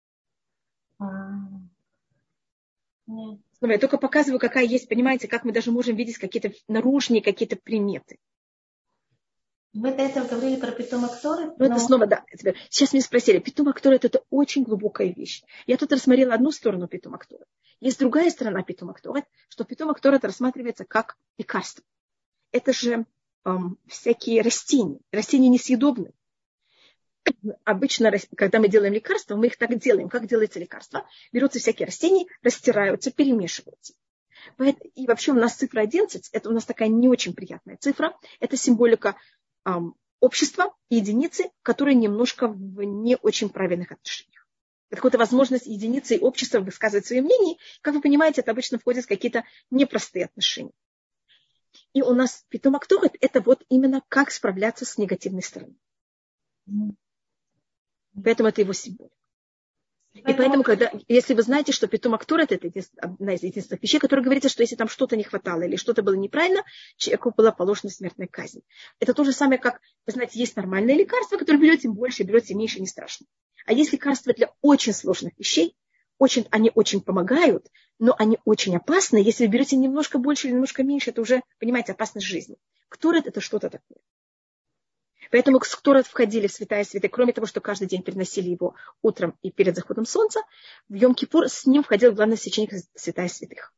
Снова я только показываю, какая есть, понимаете, как мы даже можем видеть какие-то наружные какие-то приметы. Вы до этого говорили про Питум Ахторет. Ну, но... это снова, да. Сейчас меня спросили, Питум Ахторет — это очень глубокая вещь. Я тут рассмотрела одну сторону Питум Ахторет. Есть другая сторона Питум Ахторет, что Питум Ахторет рассматривается как лекарство. Это же эм, всякие растения. Растения несъедобны. обычно, когда мы делаем лекарства, мы их так делаем. Как делается лекарство? Берутся всякие растения, растираются, перемешиваются. И вообще у нас цифра одиннадцать, это у нас такая не очень приятная цифра. Это символика эм, общества и единицы, которые немножко в не очень правильных отношениях. Это какая-то возможность единицы и общества высказывать свои мнения. Как вы понимаете, это обычно входит в какие-то непростые отношения. И у нас питом акторет – это вот именно как справляться с негативной стороной. Поэтому это его символ. И поэтому, когда, если вы знаете, что питом акторет – это одна из единственных вещей, которая говорится, что если там что-то не хватало или что-то было неправильно, человеку была положена смертная казнь. Это то же самое, как, вы знаете, есть нормальные лекарства, которые берете больше, берете меньше, не страшно. А есть лекарства для очень сложных вещей, очень, они очень помогают, но они очень опасны. Если вы берете немножко больше или немножко меньше, это уже, понимаете, опасность жизни. Кторет – это что-то такое. Поэтому к Кторет входили в святая святых, кроме того, что каждый день приносили его утром и перед заходом солнца, в Йом-Кипур с ним входил главный священник святая святых.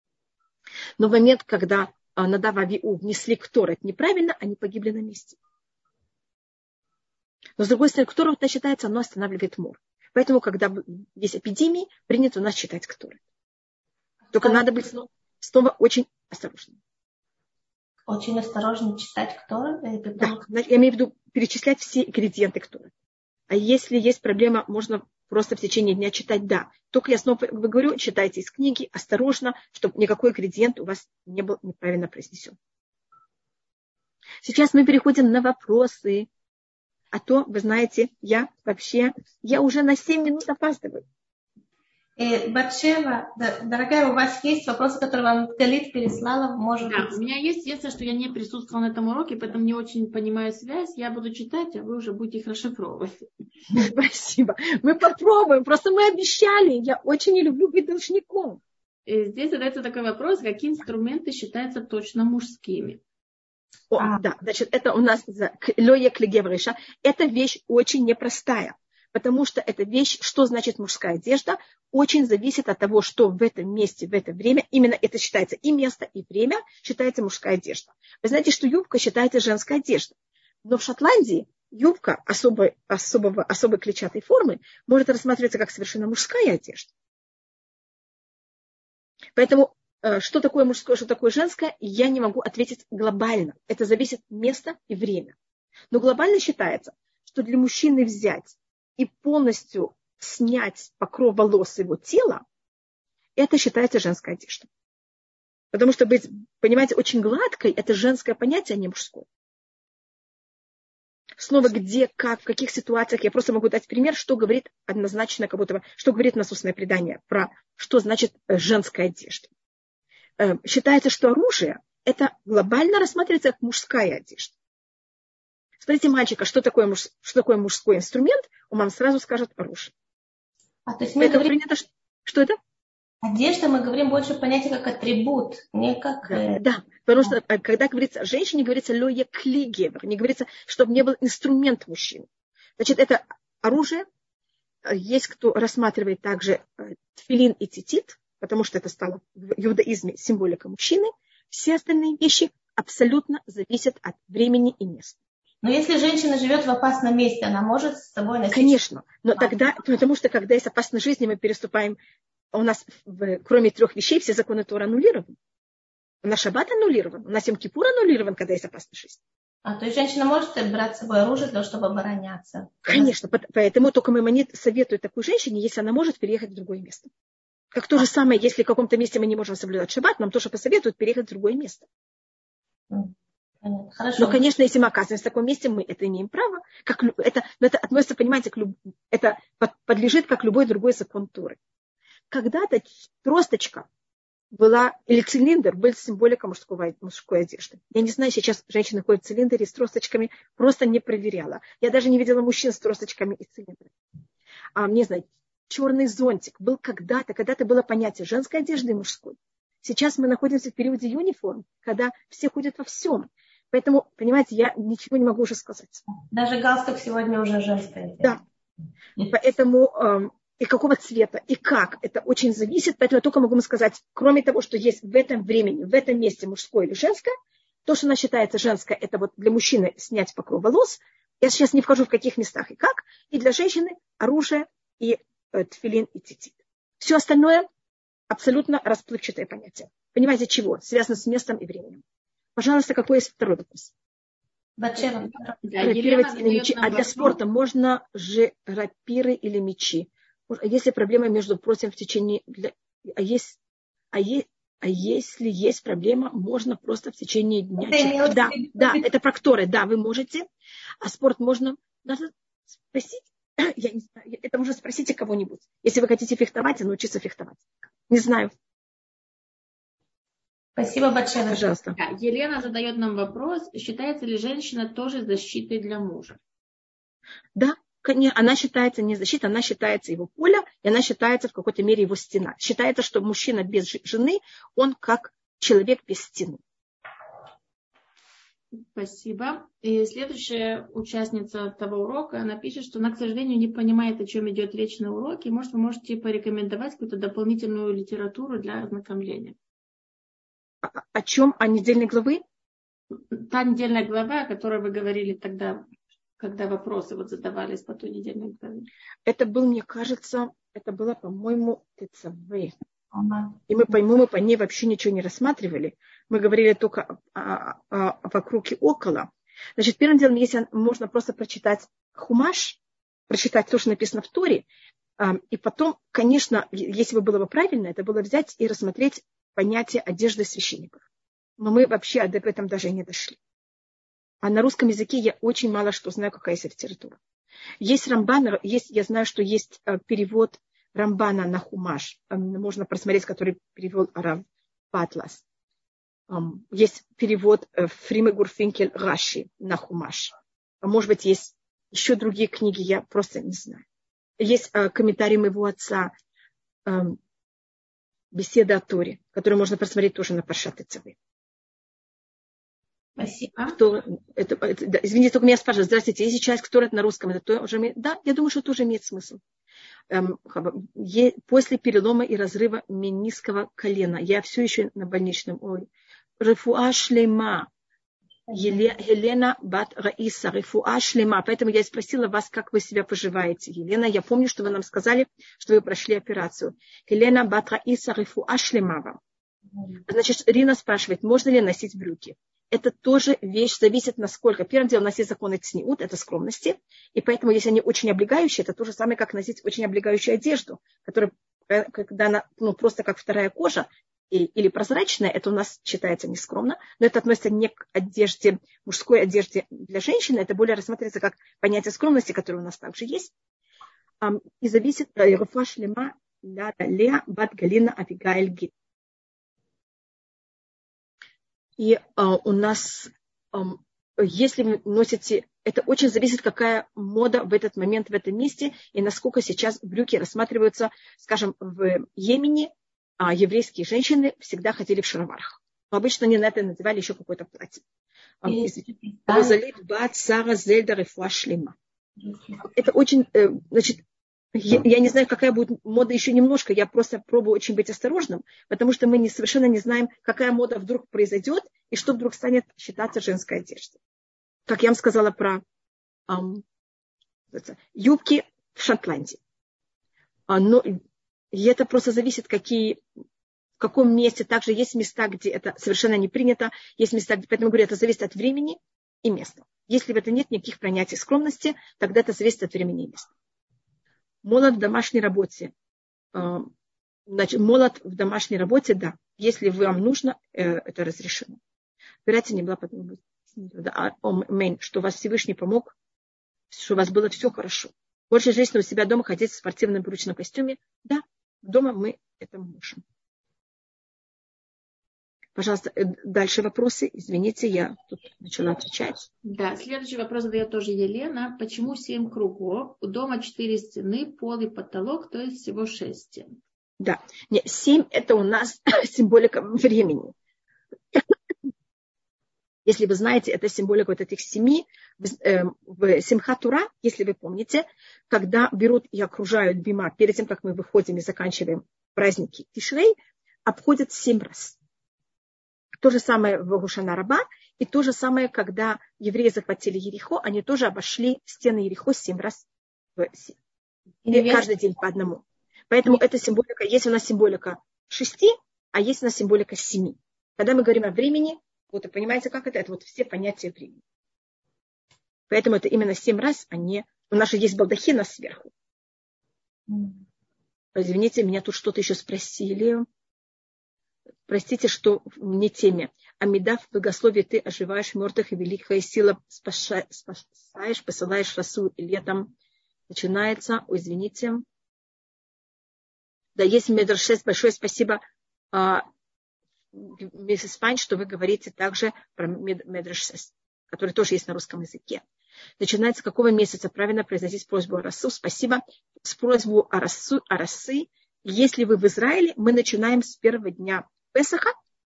Но в момент, когда Надав и Авиу внесли Кторет неправильно, они погибли на месте. Но с другой стороны, Кторет считается, оно останавливает мор. Поэтому, когда есть эпидемии, принято у нас читать Кторет. Только а надо быть снова, снова очень осторожным. Очень осторожно читать Кторет? Да, я имею в виду перечислять все ингредиенты Кторет. А если есть проблема, можно просто в течение дня читать, да. Только я снова говорю, читайте из книги, осторожно, чтобы никакой ингредиент у вас не был неправильно произнесен. Сейчас мы переходим на вопросы. А то, вы знаете, я вообще, я уже на семь минут опаздываю. Батшева, дорогая, у вас есть вопросы, которые вам Галит переслала? Может да, быть? У меня есть. Единственное, что я не присутствовала на этом уроке, поэтому не очень понимаю связь. Я буду читать, а вы уже будете их расшифровывать. Спасибо. Мы попробуем. Просто мы обещали. Я очень не люблю быть должником. И здесь задается такой вопрос, какие инструменты считаются точно мужскими? О, а. Да, значит, это у нас лоя клигевриша. Эта вещь очень непростая, потому что эта вещь, что значит мужская одежда, очень зависит от того, что в этом месте, в это время, именно это считается и место, и время, считается мужская одежда. Вы знаете, что юбка считается женской одеждой, но в Шотландии юбка особой, особого, особой клетчатой формы может рассматриваться как совершенно мужская одежда. Поэтому что такое мужское, что такое женское, я не могу ответить глобально. Это зависит от места и время. Но глобально считается, что для мужчины взять и полностью снять покров волос его тела, это считается женской одеждой. Потому что быть, понимаете, очень гладкой, это женское понятие, а не мужское. Снова где, как, в каких ситуациях, я просто могу дать пример, что говорит однозначно, как будто, что говорит нас устное предание про что значит женская одежда. Считается, что оружие это глобально рассматривается как мужская одежда. Спросите мальчика, что такое, муж, что такое мужской инструмент, он вам сразу скажет оружие. А, то есть мы это говорим... принято, что, что это? Одежда, мы говорим больше понятие как атрибут, не как... Да, да, потому что когда говорится о женщине, говорится лоя клигевер, не говорится, чтобы не был инструмент мужчины. Значит, это оружие. Есть кто рассматривает также тфилин и цитит, потому что это стало в иудаизме символика мужчины. Все остальные вещи абсолютно зависят от времени и места. Но если женщина живет в опасном месте, она может с собой носить... Конечно, но тогда, потому что когда есть опасность жизни, мы переступаем, у нас кроме трех вещей все законы Тора аннулированы. У нас шаббат аннулирован, у нас Йом-Кипур аннулирован, когда есть опасность жизни. А то есть женщина может брать с собой оружие для того, чтобы обороняться? Конечно, поэтому только Маймонид советует такой женщине, если она может переехать в другое место. Как то же самое, если в каком-то месте мы не можем соблюдать шаббат, нам тоже посоветуют переехать в другое место. Понятно. Хорошо. Но, конечно, если мы оказываемся в таком месте, мы это имеем право. Как, это, это относится, понимаете, к люб, это подлежит, как любой другой закон Торы. Когда-то тросточка была, или цилиндр был символикой мужской, мужской одежды. Я не знаю, сейчас женщины ходят в цилиндре с тросточками, просто не проверяла. Я даже не видела мужчин с тросточками и цилиндрами. А мне, знаете, черный зонтик был когда-то, когда-то было понятие женской одежды и мужской. Сейчас мы находимся в периоде юниформ, когда все ходят во всем. Поэтому, понимаете, я ничего не могу уже сказать. Даже галстук сегодня уже женская. Да. Поэтому э, и какого цвета, и как, это очень зависит. Поэтому я только могу вам сказать, кроме того, что есть в этом времени, в этом месте мужское или женское, то, что у нас считается женское, это вот для мужчины снять покров волос, Я сейчас не вхожу в каких местах и как. И для женщины оружие и э, тфилин и цицит. Все остальное абсолютно расплывчатое понятие. Понимаете, чего? Связано с местом и временем. Пожалуйста, какой есть второй вопрос? Зачем? Рапировать или мечи. А для спорта можно же рапиры или мечи? Если проблема, между прочим, в течение... Для... А, есть... А, есть... а если есть проблема, можно просто в течение дня... Это да, да, это прокторы, да, вы можете. А спорт можно... Надо спросить. Я не знаю. Это уже спросите кого-нибудь. Если вы хотите фехтовать, научиться фехтовать. Не знаю. Спасибо большое. Пожалуйста. Да, Елена задает нам вопрос, считается ли женщина тоже защитой для мужа? Да, она считается не защитой, она считается его поле, и она считается в какой-то мере его стена. Считается, что мужчина без жены, он как человек без стены. Спасибо. И следующая участница того урока, она пишет, что она, к сожалению, не понимает, о чем идет речь на уроке. Может, вы можете порекомендовать какую-то дополнительную литературу для ознакомления? О, о чем? О недельной главы? Та недельная глава, о которой вы говорили тогда, когда вопросы вот задавались по той недельной главе. Это был, мне кажется, это было, по-моему, ТЦВ. И мы, по-моему, по ней вообще ничего не рассматривали. Мы говорили только о, о, о, вокруг и около. Значит, первым делом, если можно просто прочитать хумаш, прочитать то, что написано в Торе, и потом, конечно, если бы было бы правильно, это было взять и рассмотреть понятие одежды священников. Но мы вообще об этом даже не дошли. А на русском языке я очень мало что знаю, какая есть литература. Есть Рамбан, есть, я знаю, что есть перевод Рамбана на хумаш. Можно просмотреть, который перевел Арам Патлас. Есть перевод Фриме Гурфинкель Раши на хумаш. Может быть, есть еще другие книги, я просто не знаю. Есть комментарий моего отца «Беседа о Торе», который можно просмотреть тоже на Паршат ТЦВ. Спасибо. Кто, это, это, да, извините, только меня спрашивают, здравствуйте, если человек, который это на русском, это тоже имеет... Да, я думаю, что это тоже имеет смысл. Эм, е, после перелома и разрыва мениского колена, я все еще на больничном, ой, рефуа шлема, Елена бат Раиса, рефуа шлема, поэтому я спросила вас, как вы себя поживаете. Елена, я помню, что вы нам сказали, что вы прошли операцию. Елена бат Раиса, рефуа шлема вам. Значит, Рина спрашивает, можно ли носить брюки. Это тоже вещь, зависит насколько. Первым делом, у нас есть законы цниут, это скромности. И поэтому, если они очень облегающие, это то же самое, как носить очень облегающую одежду, которая, когда она ну, просто как вторая кожа и, или прозрачная, это у нас считается нескромно. Но это относится не к одежде, мужской одежде для женщины. Это более рассматривается как понятие скромности, которое у нас также есть. И зависит Руфа Шлема Леа Бат Галина Авигаэль Гит. И uh, у нас, um, если вы носите, это очень зависит, какая мода в этот момент, в этом месте, и насколько сейчас брюки рассматриваются, скажем, в Йемене, а еврейские женщины всегда ходили в шароварах. Но обычно они на это надевали еще какое-то платье. Это очень, значит, Я, я не знаю, какая будет мода еще немножко. Я просто пробую очень быть осторожным, потому что мы не, совершенно не знаем, какая мода вдруг произойдет и что вдруг станет считаться женской одеждой. Как я вам сказала про эм, юбки в Шотландии. А, но и это просто зависит, какие, в каком месте. Также есть места, где это совершенно не принято. Есть места, где, поэтому говорю, это зависит от времени и места. Если в этом нет никаких понятий скромности, тогда это зависит от времени и места. Молот в домашней работе. Значит, молот в домашней работе, да. Если вам нужно, это разрешено. Операция не была потом. Что у вас Всевышний помог, что у вас было все хорошо. Больше женщины у себя дома ходить в спортивном брючном костюме. Да, дома мы это можем. Пожалуйста, дальше вопросы. Извините, я тут начала отвечать. Да, следующий вопрос задает тоже Елена. Почему семь кругов? У дома четыре стены, пол и потолок, то есть всего шесть стен. Да, нет, семь это у нас символика времени. Если вы знаете, это символика вот этих семи. В Симхат Тора, если вы помните, когда берут и окружают бима, перед тем, как мы выходим и заканчиваем праздники Тишрей, обходят семь раз. То же самое в Гушана Раба, и то же самое, когда евреи захватили Ерихо, они тоже обошли стены Ерихо семь раз, в... каждый день по одному. Поэтому эта символика, есть у нас символика шести, а есть у нас символика семи. Когда мы говорим о времени, вот вы понимаете, как это? Это вот все понятия времени. Поэтому это именно семь раз, а не... У нас же есть балдахина сверху. Mm. Извините, меня тут что-то еще спросили. Простите, что не теме. Амида, в благословии ты оживаешь мертвых, и великая сила спасаешь, посылаешь росу и летом. Начинается. Ой, извините. Да, есть Медраш шесть. Большое спасибо, миссис Файн, что вы говорите также про Медраш шесть, который тоже есть на русском языке. Начинается с какого месяца правильно произносить просьбу о росу? Спасибо. С просьбу о, росу, о росы. Если вы в Израиле, мы начинаем с первого дня Песаха,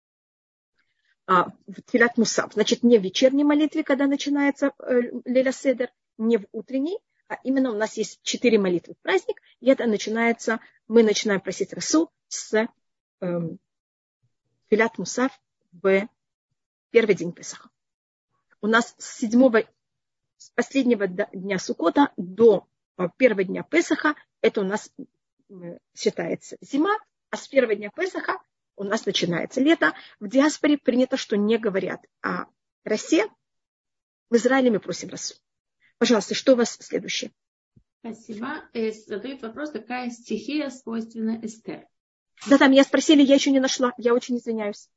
а, в Тфилат Мусав. Значит, не в вечерней молитве, когда начинается э, Леля Седер, не в утренней, а именно у нас есть четыре молитвы в праздник, и это начинается, мы начинаем просить росу с э, Тфилат Мусав в первый день Песаха. У нас с седьмого С последнего дня Суккота до первого дня Песаха это у нас считается зима, а с первого дня Песаха у нас начинается лето. В диаспоре принято, что не говорят о росе. В Израиле мы просим росу. Пожалуйста, что у вас следующее? Спасибо. Задают вопрос, какая стихия свойственна Эстер? Да, там меня спросили, я еще не нашла. Я очень извиняюсь.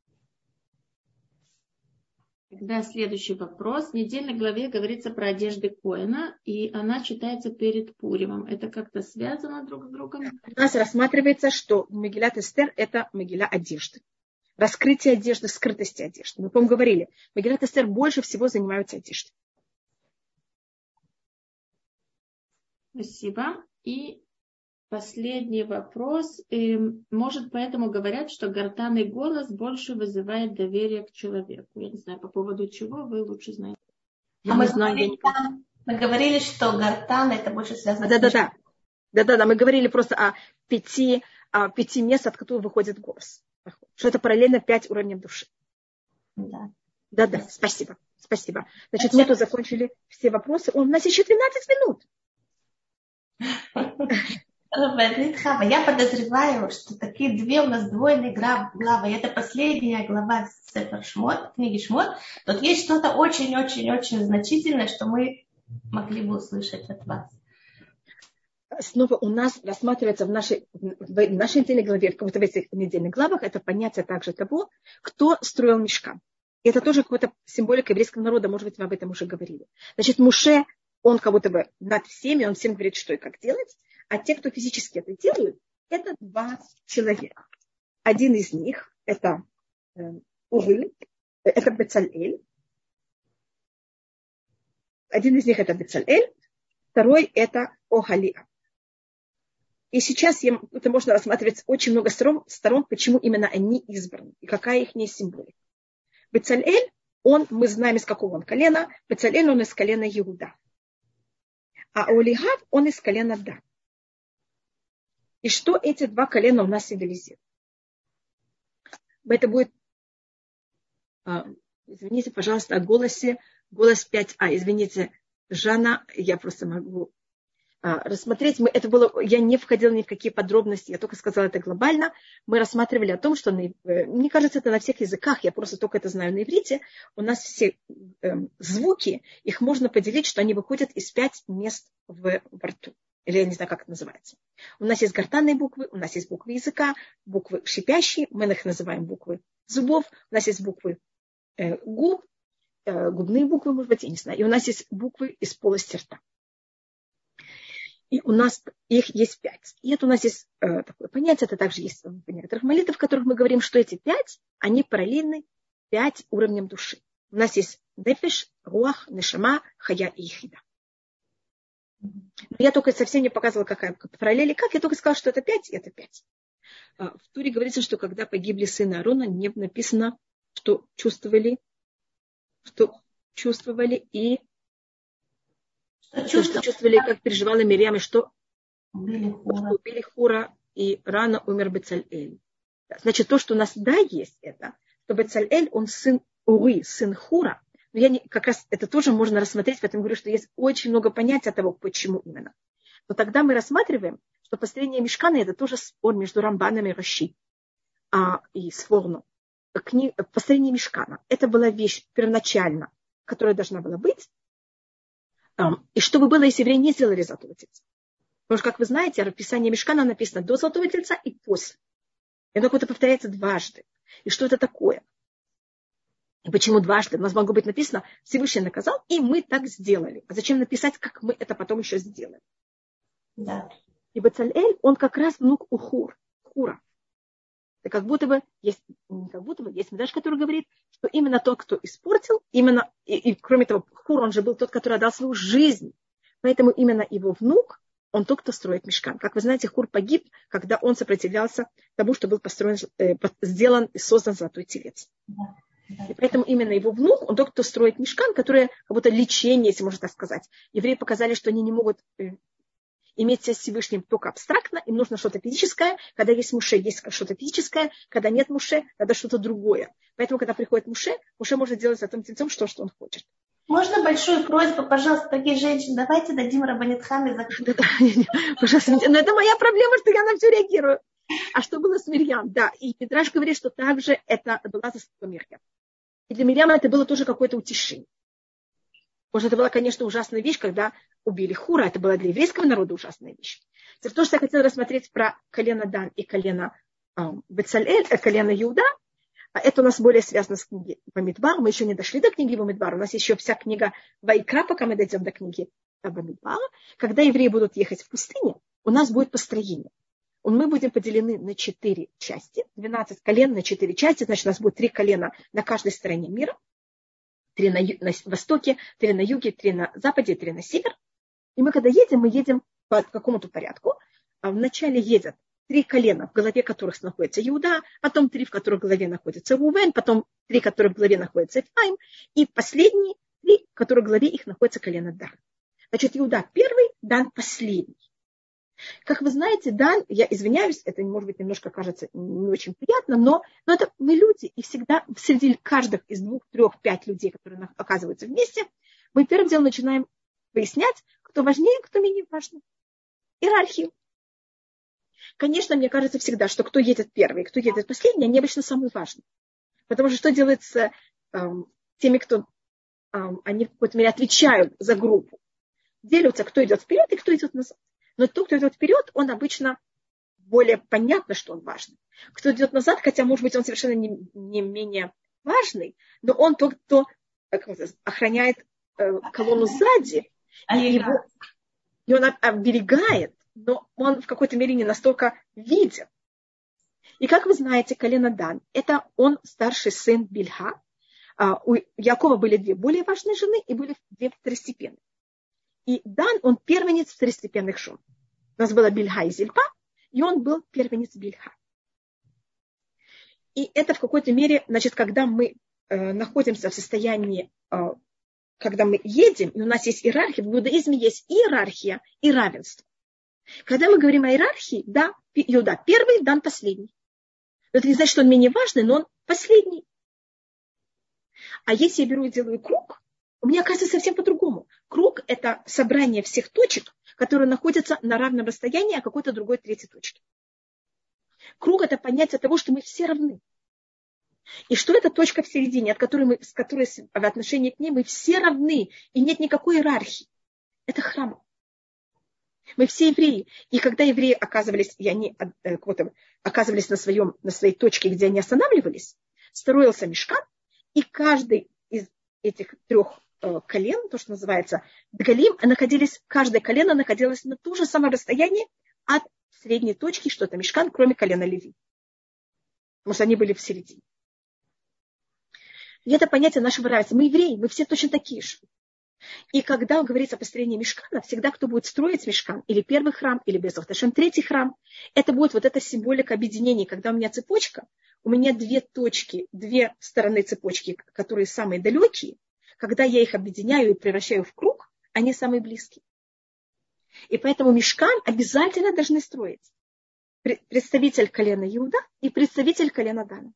Тогда следующий вопрос. В недельной главе говорится про одежды Коэна, и она читается перед Пуримом. Это как-то связано друг с другом? У нас рассматривается, что Мегилат Эстер – это Мегилла одежды. Раскрытие одежды, скрытости одежды. Мы, по-моему, говорили, Мегилат Эстер больше всего занимаются одеждой. Спасибо. И последний вопрос. Может поэтому говорят, что гортанный голос больше вызывает доверие к человеку. Я не знаю, по поводу чего вы лучше знаете. Я а мы, знаю, говорили, я не... мы говорили, что гортан это больше связано да, с... Да, да, да. Да, да, мы говорили просто о пяти, о пяти мест, от которых выходит голос. Что это параллельно пять уровней души. Да. Да, да, спасибо. Спасибо. Значит, мы тут закончили все вопросы. О, у нас еще двенадцать минут. Я подозреваю, что такие две у нас двойные главы. Это последняя глава Сефер Шмот, книги Шмот. Тут есть что-то очень-очень-очень значительное, что мы могли бы услышать от вас. Снова у нас рассматривается в нашей, в нашей недельной главе, в какой-то в этих недельных главах, это понятие также того, кто строил мишкан. И это тоже какая-то символика еврейского народа, может быть, мы об этом уже говорили. Значит, Муше, он как будто бы над всеми, он всем говорит, что и как делать. А те, кто физически это делают, это два человека. Один из них – это э, Увы, это Бецалель. Один из них – это Бецалель, второй – это Охалия. И сейчас я, это можно рассматривать очень много сторон, сторон, почему именно они избраны и какая их не символика. Бецалель, он, мы знаем, из какого он колена. Бецалель, он из колена Иуда. А Олигав, он из колена Дан. И что эти два колена у нас символизируют? Это будет, а, извините, пожалуйста, о голосе, голос пять а, извините, Жанна, я просто могу а, рассмотреть. Мы, это было, я не входила ни в какие подробности, я только сказала это глобально. Мы рассматривали о том, что, на, мне кажется, это на всех языках, я просто только это знаю на иврите, у нас все э, звуки, их можно поделить, что они выходят из пять мест в, во рту. Или я не знаю, как это называется. У нас есть гортанные буквы, у нас есть буквы языка, буквы шипящие, мы их называем буквы зубов, у нас есть буквы э, губ, э, губные буквы, может быть, я не знаю. И у нас есть буквы из полости рта. И у нас их есть пять. И это у нас есть э, такое понятие, это также есть в некоторых молитвах, в которых мы говорим, что эти пять, они параллельны пять уровням души. У нас есть нефеш, руах, нешама, хая и ихида. Я только совсем не показывала, какая параллель, как я только сказала, что это пять, и это пять. В Туре говорится, что когда погибли сыны Аарона, не написано, что чувствовали, что чувствовали и что чувствовали, что чувствовали, как переживала Мирьям, и что убили Хура, убили Хура и рано умер Бецалель. Значит, то, что у нас да есть это, что Бецалель, он сын Уры, сын Хура. Но я не, как раз это тоже можно рассмотреть, поэтому говорю, что есть очень много понятия того, почему именно. Но тогда мы рассматриваем, что построение мишкана это тоже спор между Рамбаном и Раши а, и Сфорно. Кни... Построение мишкана это была вещь первоначально, которая должна была быть, а, и что бы было, если евреи не сделали золотого тельца. Потому что, как вы знаете, в описании мишкана написано до золотого тельца и после. И оно как-то повторяется дважды. И что это такое? И почему дважды? У нас могло быть написано, Всевышний наказал, и мы так сделали. А зачем написать, как мы это потом еще сделали? Да. И Бецалель, он как раз внук Ухур, Хура. Это как будто бы, есть, не как будто бы, есть Медраш, который говорит, что именно тот, кто испортил, именно, и, и кроме того, Хур, он же был тот, который отдал свою жизнь. Поэтому именно его внук, он тот, кто строит мишкан. Как вы знаете, Хур погиб, когда он сопротивлялся тому, что был построен, э, сделан и создан золотой телец. Да. И поэтому именно его внук, он тот, кто строит мишкан, который как будто лечение, если можно так сказать. Евреи показали, что они не могут э, иметь связь с Всевышним только абстрактно, им нужно что-то физическое. Когда есть Муше, есть что-то физическое. Когда нет Муше, тогда что-то другое. Поэтому, когда приходит Муше, Муше может делать с этим тельцом что, что он хочет. Можно большую просьбу, пожалуйста, такие женщины, давайте дадим Рабанит Хаме закрыть. Пожалуйста, но это моя проблема, что я на все реагирую. А что было с Мирьям? Да, и Мидраш говорит, что также это была заслуга Мирьям. И для Мирьяма это было тоже какое-то утешение. Может, это была, конечно, ужасная вещь, когда убили Хура. Это была для еврейского народа ужасная вещь. Теперь то, что я хотела рассмотреть про колено Дан и колено э, Бецалель, э, колено Иуда, это у нас более связано с книгой Бамидбар. Мы еще не дошли до книги Бамидбар. У нас еще вся книга Вайкра, пока мы дойдем до книги Бамидбара. Когда евреи будут ехать в пустыне, у нас будет построение. Мы будем поделены на четыре части. двенадцать колен на четыре части. Значит, у нас будет три колена на каждой стороне мира. Три на, ю- на востоке, три на юге, три на западе, три на север. И мы, когда едем, мы едем по какому-то порядку. Вначале едет три колена, в голове которых находится Иуда, потом три, в которых в голове находится Рувен, потом три, в которых в голове находится Эфраим, и последние три, в которых в голове их находится колено Дан. Значит, Иуда первый, Дан последний. Как вы знаете, Дан, я извиняюсь, это, может быть, немножко кажется не очень приятно, но, но это мы люди, и всегда среди каждых из двух, трех, пять людей, которые оказываются вместе, мы первым делом начинаем выяснять, кто важнее, кто менее важный. Иерархию. Конечно, мне кажется всегда, что кто едет первый, кто едет последний, они обычно самые важные. Потому что что делать с э, теми, кто э, они в какой-то мере отвечают за группу? Делятся, кто идет вперед и кто идет назад. Но тот, кто идет вперед, он обычно более понятно, что он важный. Кто идет назад, хотя, может быть, он совершенно не, не менее важный, но он тот, кто охраняет э, колонну сзади, и, его, и он оберегает, но он в какой-то мере не настолько виден. И как вы знаете, колено Дан, это он старший сын Бильха. А, у Якова были две более важные жены и были две второстепенные. И Дан, он первенец второстепенных жен. У нас была Бильха и Зильпа, и он был первенец Бильха. И это в какой-то мере, значит, когда мы э, находимся в состоянии, э, когда мы едем, и у нас есть иерархия, в иудаизме есть иерархия и равенство. Когда мы говорим о иерархии, да, Иуда первый, Дан последний. Но это не значит, что он менее важный, но он последний. А если я беру и делаю круг, у меня оказывается совсем по-другому. Круг – это собрание всех точек, которые находятся на равном расстоянии от какой-то другой третьей точки. Круг – это понятие того, что мы все равны. И что это точка в середине, от которой мы, с которой в отношении к ней мы все равны, и нет никакой иерархии. Это храм. Мы все евреи. И когда евреи оказывались, и они вот, оказывались на, своем, на своей точке, где они останавливались, строился мишкан, и каждый из этих трех э, колен, то, что называется дгалим, находились, каждое колено находилось на том же самом расстоянии от средней точки, что это мишкан, кроме колена Леви. Потому что они были в середине. И это понятие нашего равенства. Мы евреи, мы все точно такие же. И когда говорится о построении мишкана, всегда, кто будет строить мишкан, или первый храм, или Безух Ташем, третий храм, это будет вот эта символика объединения, когда у меня цепочка, у меня две точки, две стороны цепочки, которые самые далекие, когда я их объединяю и превращаю в круг, они самые близкие. И поэтому мишкан обязательно должны строить представитель колена Иуда и представитель колена Дана.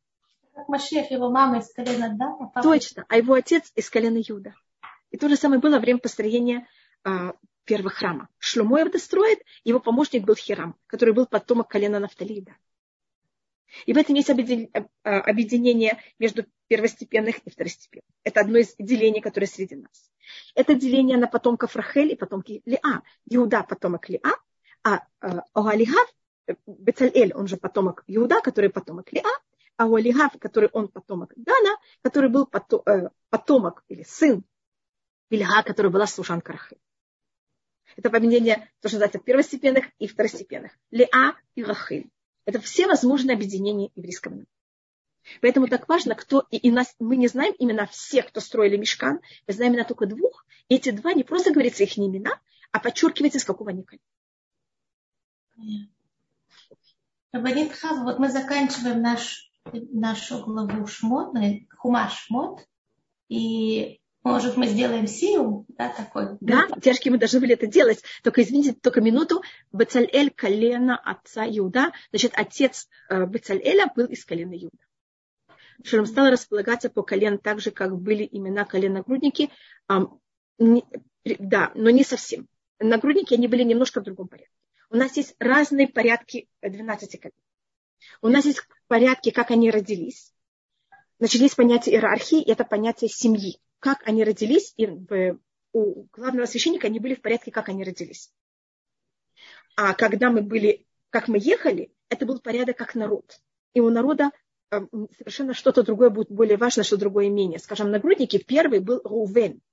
Как Машиах, его мама из колена Дана. Точно, а его отец из колена Иуда. И то же самое было во время построения а, первого храма. Шломо его достроит, его помощник был Хирам, который был потомок колена Нафталида. И в этом есть объединение между первостепенных и второстепенных. Это одно из делений, которое среди нас. Это деление на потомков Рахель и потомки Леа. Иуда потомок Леа, а Огалигав, Бецалель, он же потомок Иуда, который потомок Леа, а Огалигав, который он потомок Дана, который был потомок или сын Бильга, который была служанка Рахель. Это объединение, то, что называется, первостепенных и второстепенных. Леа и Рахель. Это все возможные объединения еврейского народа. Поэтому так важно, кто, и, и нас, мы не знаем имена всех, кто строили мишкан, мы знаем имена только двух. И эти два не просто говорится их имена, а подчеркивается, с какого они колена. Рабанит Хава, вот мы заканчиваем наш, нашу главу Шмот, Хумаш Шмот, и может, мы сделаем сиум, да, такой? Да, тяжкие мы должны были это делать. Только, извините, только минуту. Бецалель, колено отца Иуда. Значит, отец э, Бецалеля был из колена Иуда. Шалом стал располагаться по колен так же, как были имена колено-нагрудники. Э, не, да, но не совсем. Нагрудники, они были немножко в другом порядке. У нас есть разные порядки двенадцати колен. У нас есть порядки, как они родились. Значит, есть понятие иерархии, и это понятие семьи. Как они родились, и у главного священника они были в порядке, как они родились. А когда мы были, как мы ехали, это был порядок как народ. И у народа э, совершенно что-то другое будет более важно, что другое менее. Скажем, нагрудники, первый был Рувен.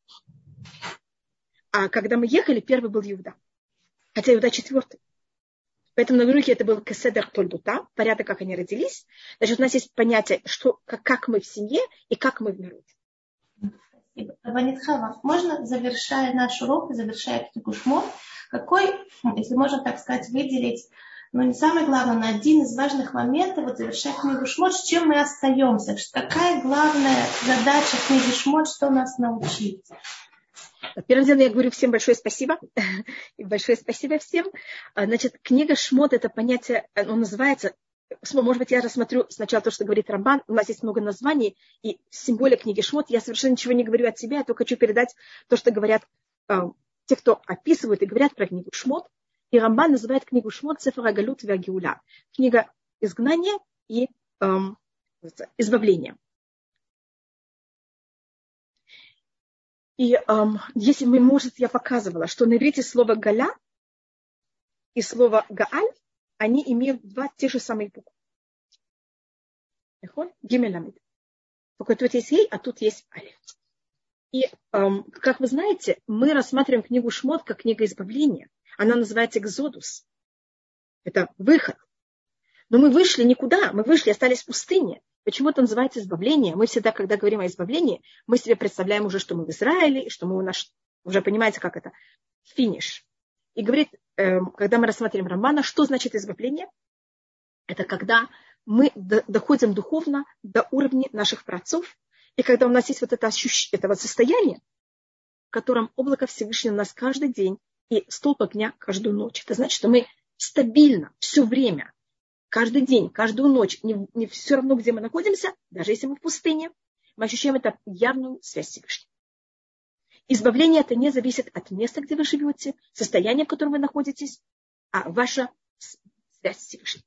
А когда мы ехали, первый был Иуда. Хотя Иуда четвертый. Поэтому нагрудники это был Кеседер Тольдута, порядок, как они родились. Значит, у нас есть понятие, что, как, как мы в семье и как мы в народе. Рабанит Хава, можно, завершая наш урок, завершая книгу Шмот, какой, если можно так сказать, выделить, ну не самое главное, но один из важных моментов, вот завершая книгу Шмот, с чем мы остаемся, какая главная задача книги Шмот, что нас научить? Первым делом я говорю всем большое спасибо. И большое спасибо всем. Значит, книга Шмот, это понятие, оно называется, может быть, я рассмотрю сначала то, что говорит Рамбан. У нас есть много названий, и символия книги Шмот. Я совершенно ничего не говорю от себя, я только хочу передать то, что говорят э, те, кто описывают и говорят про книгу Шмот. И Рамбан называет книгу Шмот Сефер Агалут ве-Геула. Книга изгнания и э, избавления. И эм, если мы, может, я показывала, что на иврите слово «галя» и слово «гааль», они имеют два те же самые буквы. Гимеламид. Только тут есть «ей», а тут есть «алиф». И, эм, как вы знаете, мы рассматриваем книгу Шмот как книга избавления. Она называется «Экзодус». Это выход. Но мы вышли никуда, мы вышли, остались в пустыне. Почему это называется избавление? Мы всегда, когда говорим о избавлении, мы себе представляем уже, что мы в Израиле, и что мы у нас, уже понимаете, как это, финиш. И говорит, э, когда мы рассматриваем Рамбана, что значит избавление? Это когда мы до, доходим духовно до уровня наших праотцов, и когда у нас есть вот это ощущение, это вот состояние, в котором облако Всевышнего у нас каждый день и столб огня каждую ночь. Это значит, что мы стабильно все время, каждый день, каждую ночь, не, не все равно, где мы находимся, даже если мы в пустыне, мы ощущаем эту явную связь с Всевышним. Избавление это не зависит от места, где вы живете, состояния, в котором вы находитесь, а ваша связь с Всевышним.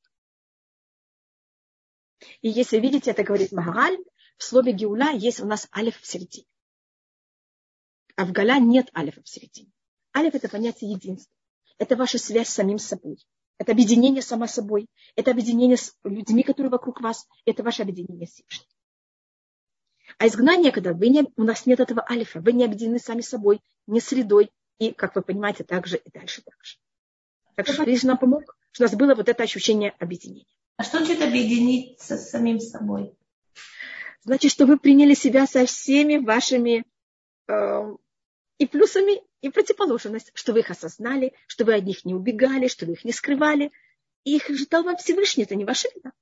И если видите, это говорит Магараль, в слове Геула есть у нас алиф в середине. А в Галя нет алифа в середине. Алиф это понятие единства. Это ваша связь с самим собой. Это объединение само собой. Это объединение с людьми, которые вокруг вас. Это ваше объединение с Всевышним. А изгнание, когда вы не, у нас нет этого алифа, вы не объединены сами собой, не средой. И, как вы понимаете, так же и дальше так же. Так что Всевышний нам помог, что у нас было вот это ощущение объединения. А что значит объединиться с самим собой? Значит, что вы приняли себя со всеми вашими э, и плюсами, и противоположность, что вы их осознали, что вы от них не убегали, что вы их не скрывали. И их ждал вам Всевышний, это не ваша вина.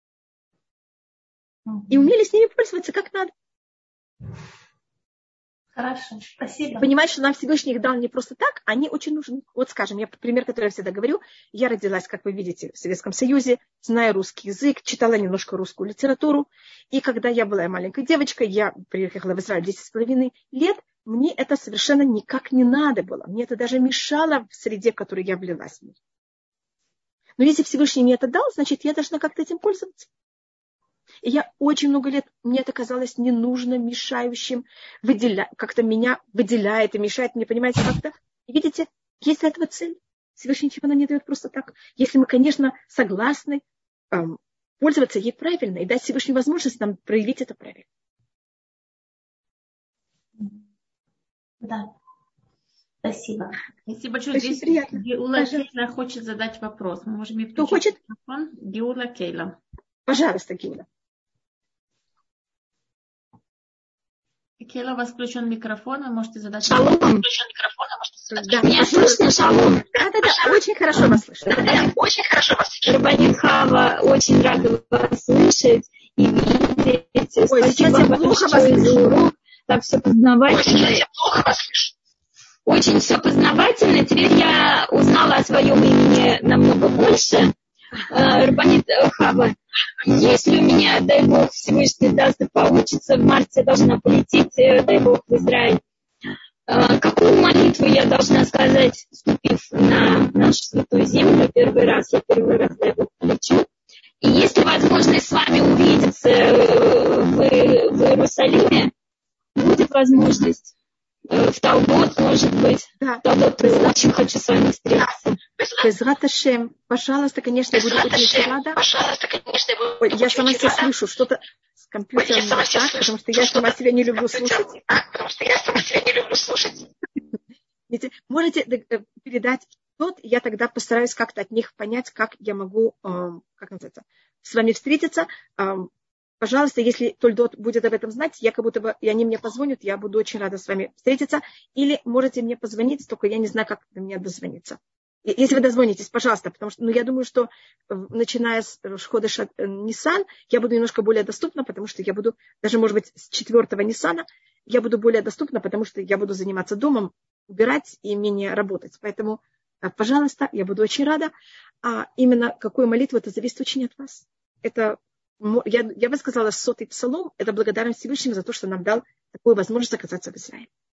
Mm-hmm. И умели с ними пользоваться как надо. Хорошо, спасибо. Понимать, что нам Всевышний их дал не просто так, они очень нужны. Вот, скажем, я пример, который я всегда говорю. Я родилась, как вы видите, в Советском Союзе, зная русский язык, читала немножко русскую литературу. И когда я была маленькой девочкой, я приехала в Израиль десять с половиной лет, мне это совершенно никак не надо было. Мне это даже мешало в среде, в которой я влилась. Но если Всевышний мне это дал, значит, я должна как-то этим пользоваться. И я очень много лет, мне это казалось ненужным, мешающим, выделя... как-то меня выделяет и мешает мне, понимаете, как-то. И видите, есть для этого цель. Всевышний ничего она не дает просто так. Если мы, конечно, согласны эм, пользоваться ей правильно и дать Всевышней возможность нам проявить это правильно. Да. Спасибо. Спасибо большое. Очень Здесь приятно. Геула Кейла хочет задать вопрос. Мы можем ей Кто включить хочет? микрофон. Геула Кейла. Пожалуйста, Геула. Кейла, у вас включен микрофон, вы можете задать Шалом. вопрос. Да, Меня слышно, шалом? да, да, да, очень хорошо вас слышно. Да, очень хорошо вас слышно. Рабанит Хава, очень рада вас слышать и видеть. Ой, сейчас я плохо вас слышу. Урок. Так все познавательно. Ой, я плохо вас слышу. Очень все познавательно. Теперь я узнала о своем имени намного больше. Рабанит Хава, если у меня, дай Бог, Всевышний даст и получится, в марте я должна полететь, дай Бог, в Израиль. Какую молитву я должна сказать, вступив на нашу святую землю? Первый раз, я первый раз, дай Бог, полечу. И есть ли возможность с вами увидеться в, в Иерусалиме? Будет возможность. В Талбот, может быть. Да. Талбот, очень хочу с вами встретиться. Безрат Ашем, пожалуйста, конечно, я буду очень рада. Пожалуйста, конечно, я буду Ой, я сама себя слышу, что-то с компьютером не так, потому что я сама себя не люблю слушать. Потому что я сама себя не люблю слушать. Можете передать тот, я тогда постараюсь как-то от них понять, как я могу, как называется, с вами встретиться. Пожалуйста, если Тольдот будет об этом знать, я как будто бы, и они мне позвонят, я буду очень рада с вами встретиться. Или можете мне позвонить, только я не знаю, как до меня дозвониться. Если вы дозвонитесь, пожалуйста, потому что ну, я думаю, что начиная с Ходеша Нисан, я буду немножко более доступна, потому что я буду, даже, может быть, с четвертого Нисана, я буду более доступна, потому что я буду заниматься домом, убирать и менее работать. Поэтому, пожалуйста, я буду очень рада. А именно какую молитву, это зависит очень от вас. Это, я, я бы сказала, сотый псалом, это благодарность Всевышнему за то, что нам дал такую возможность оказаться в Израиле.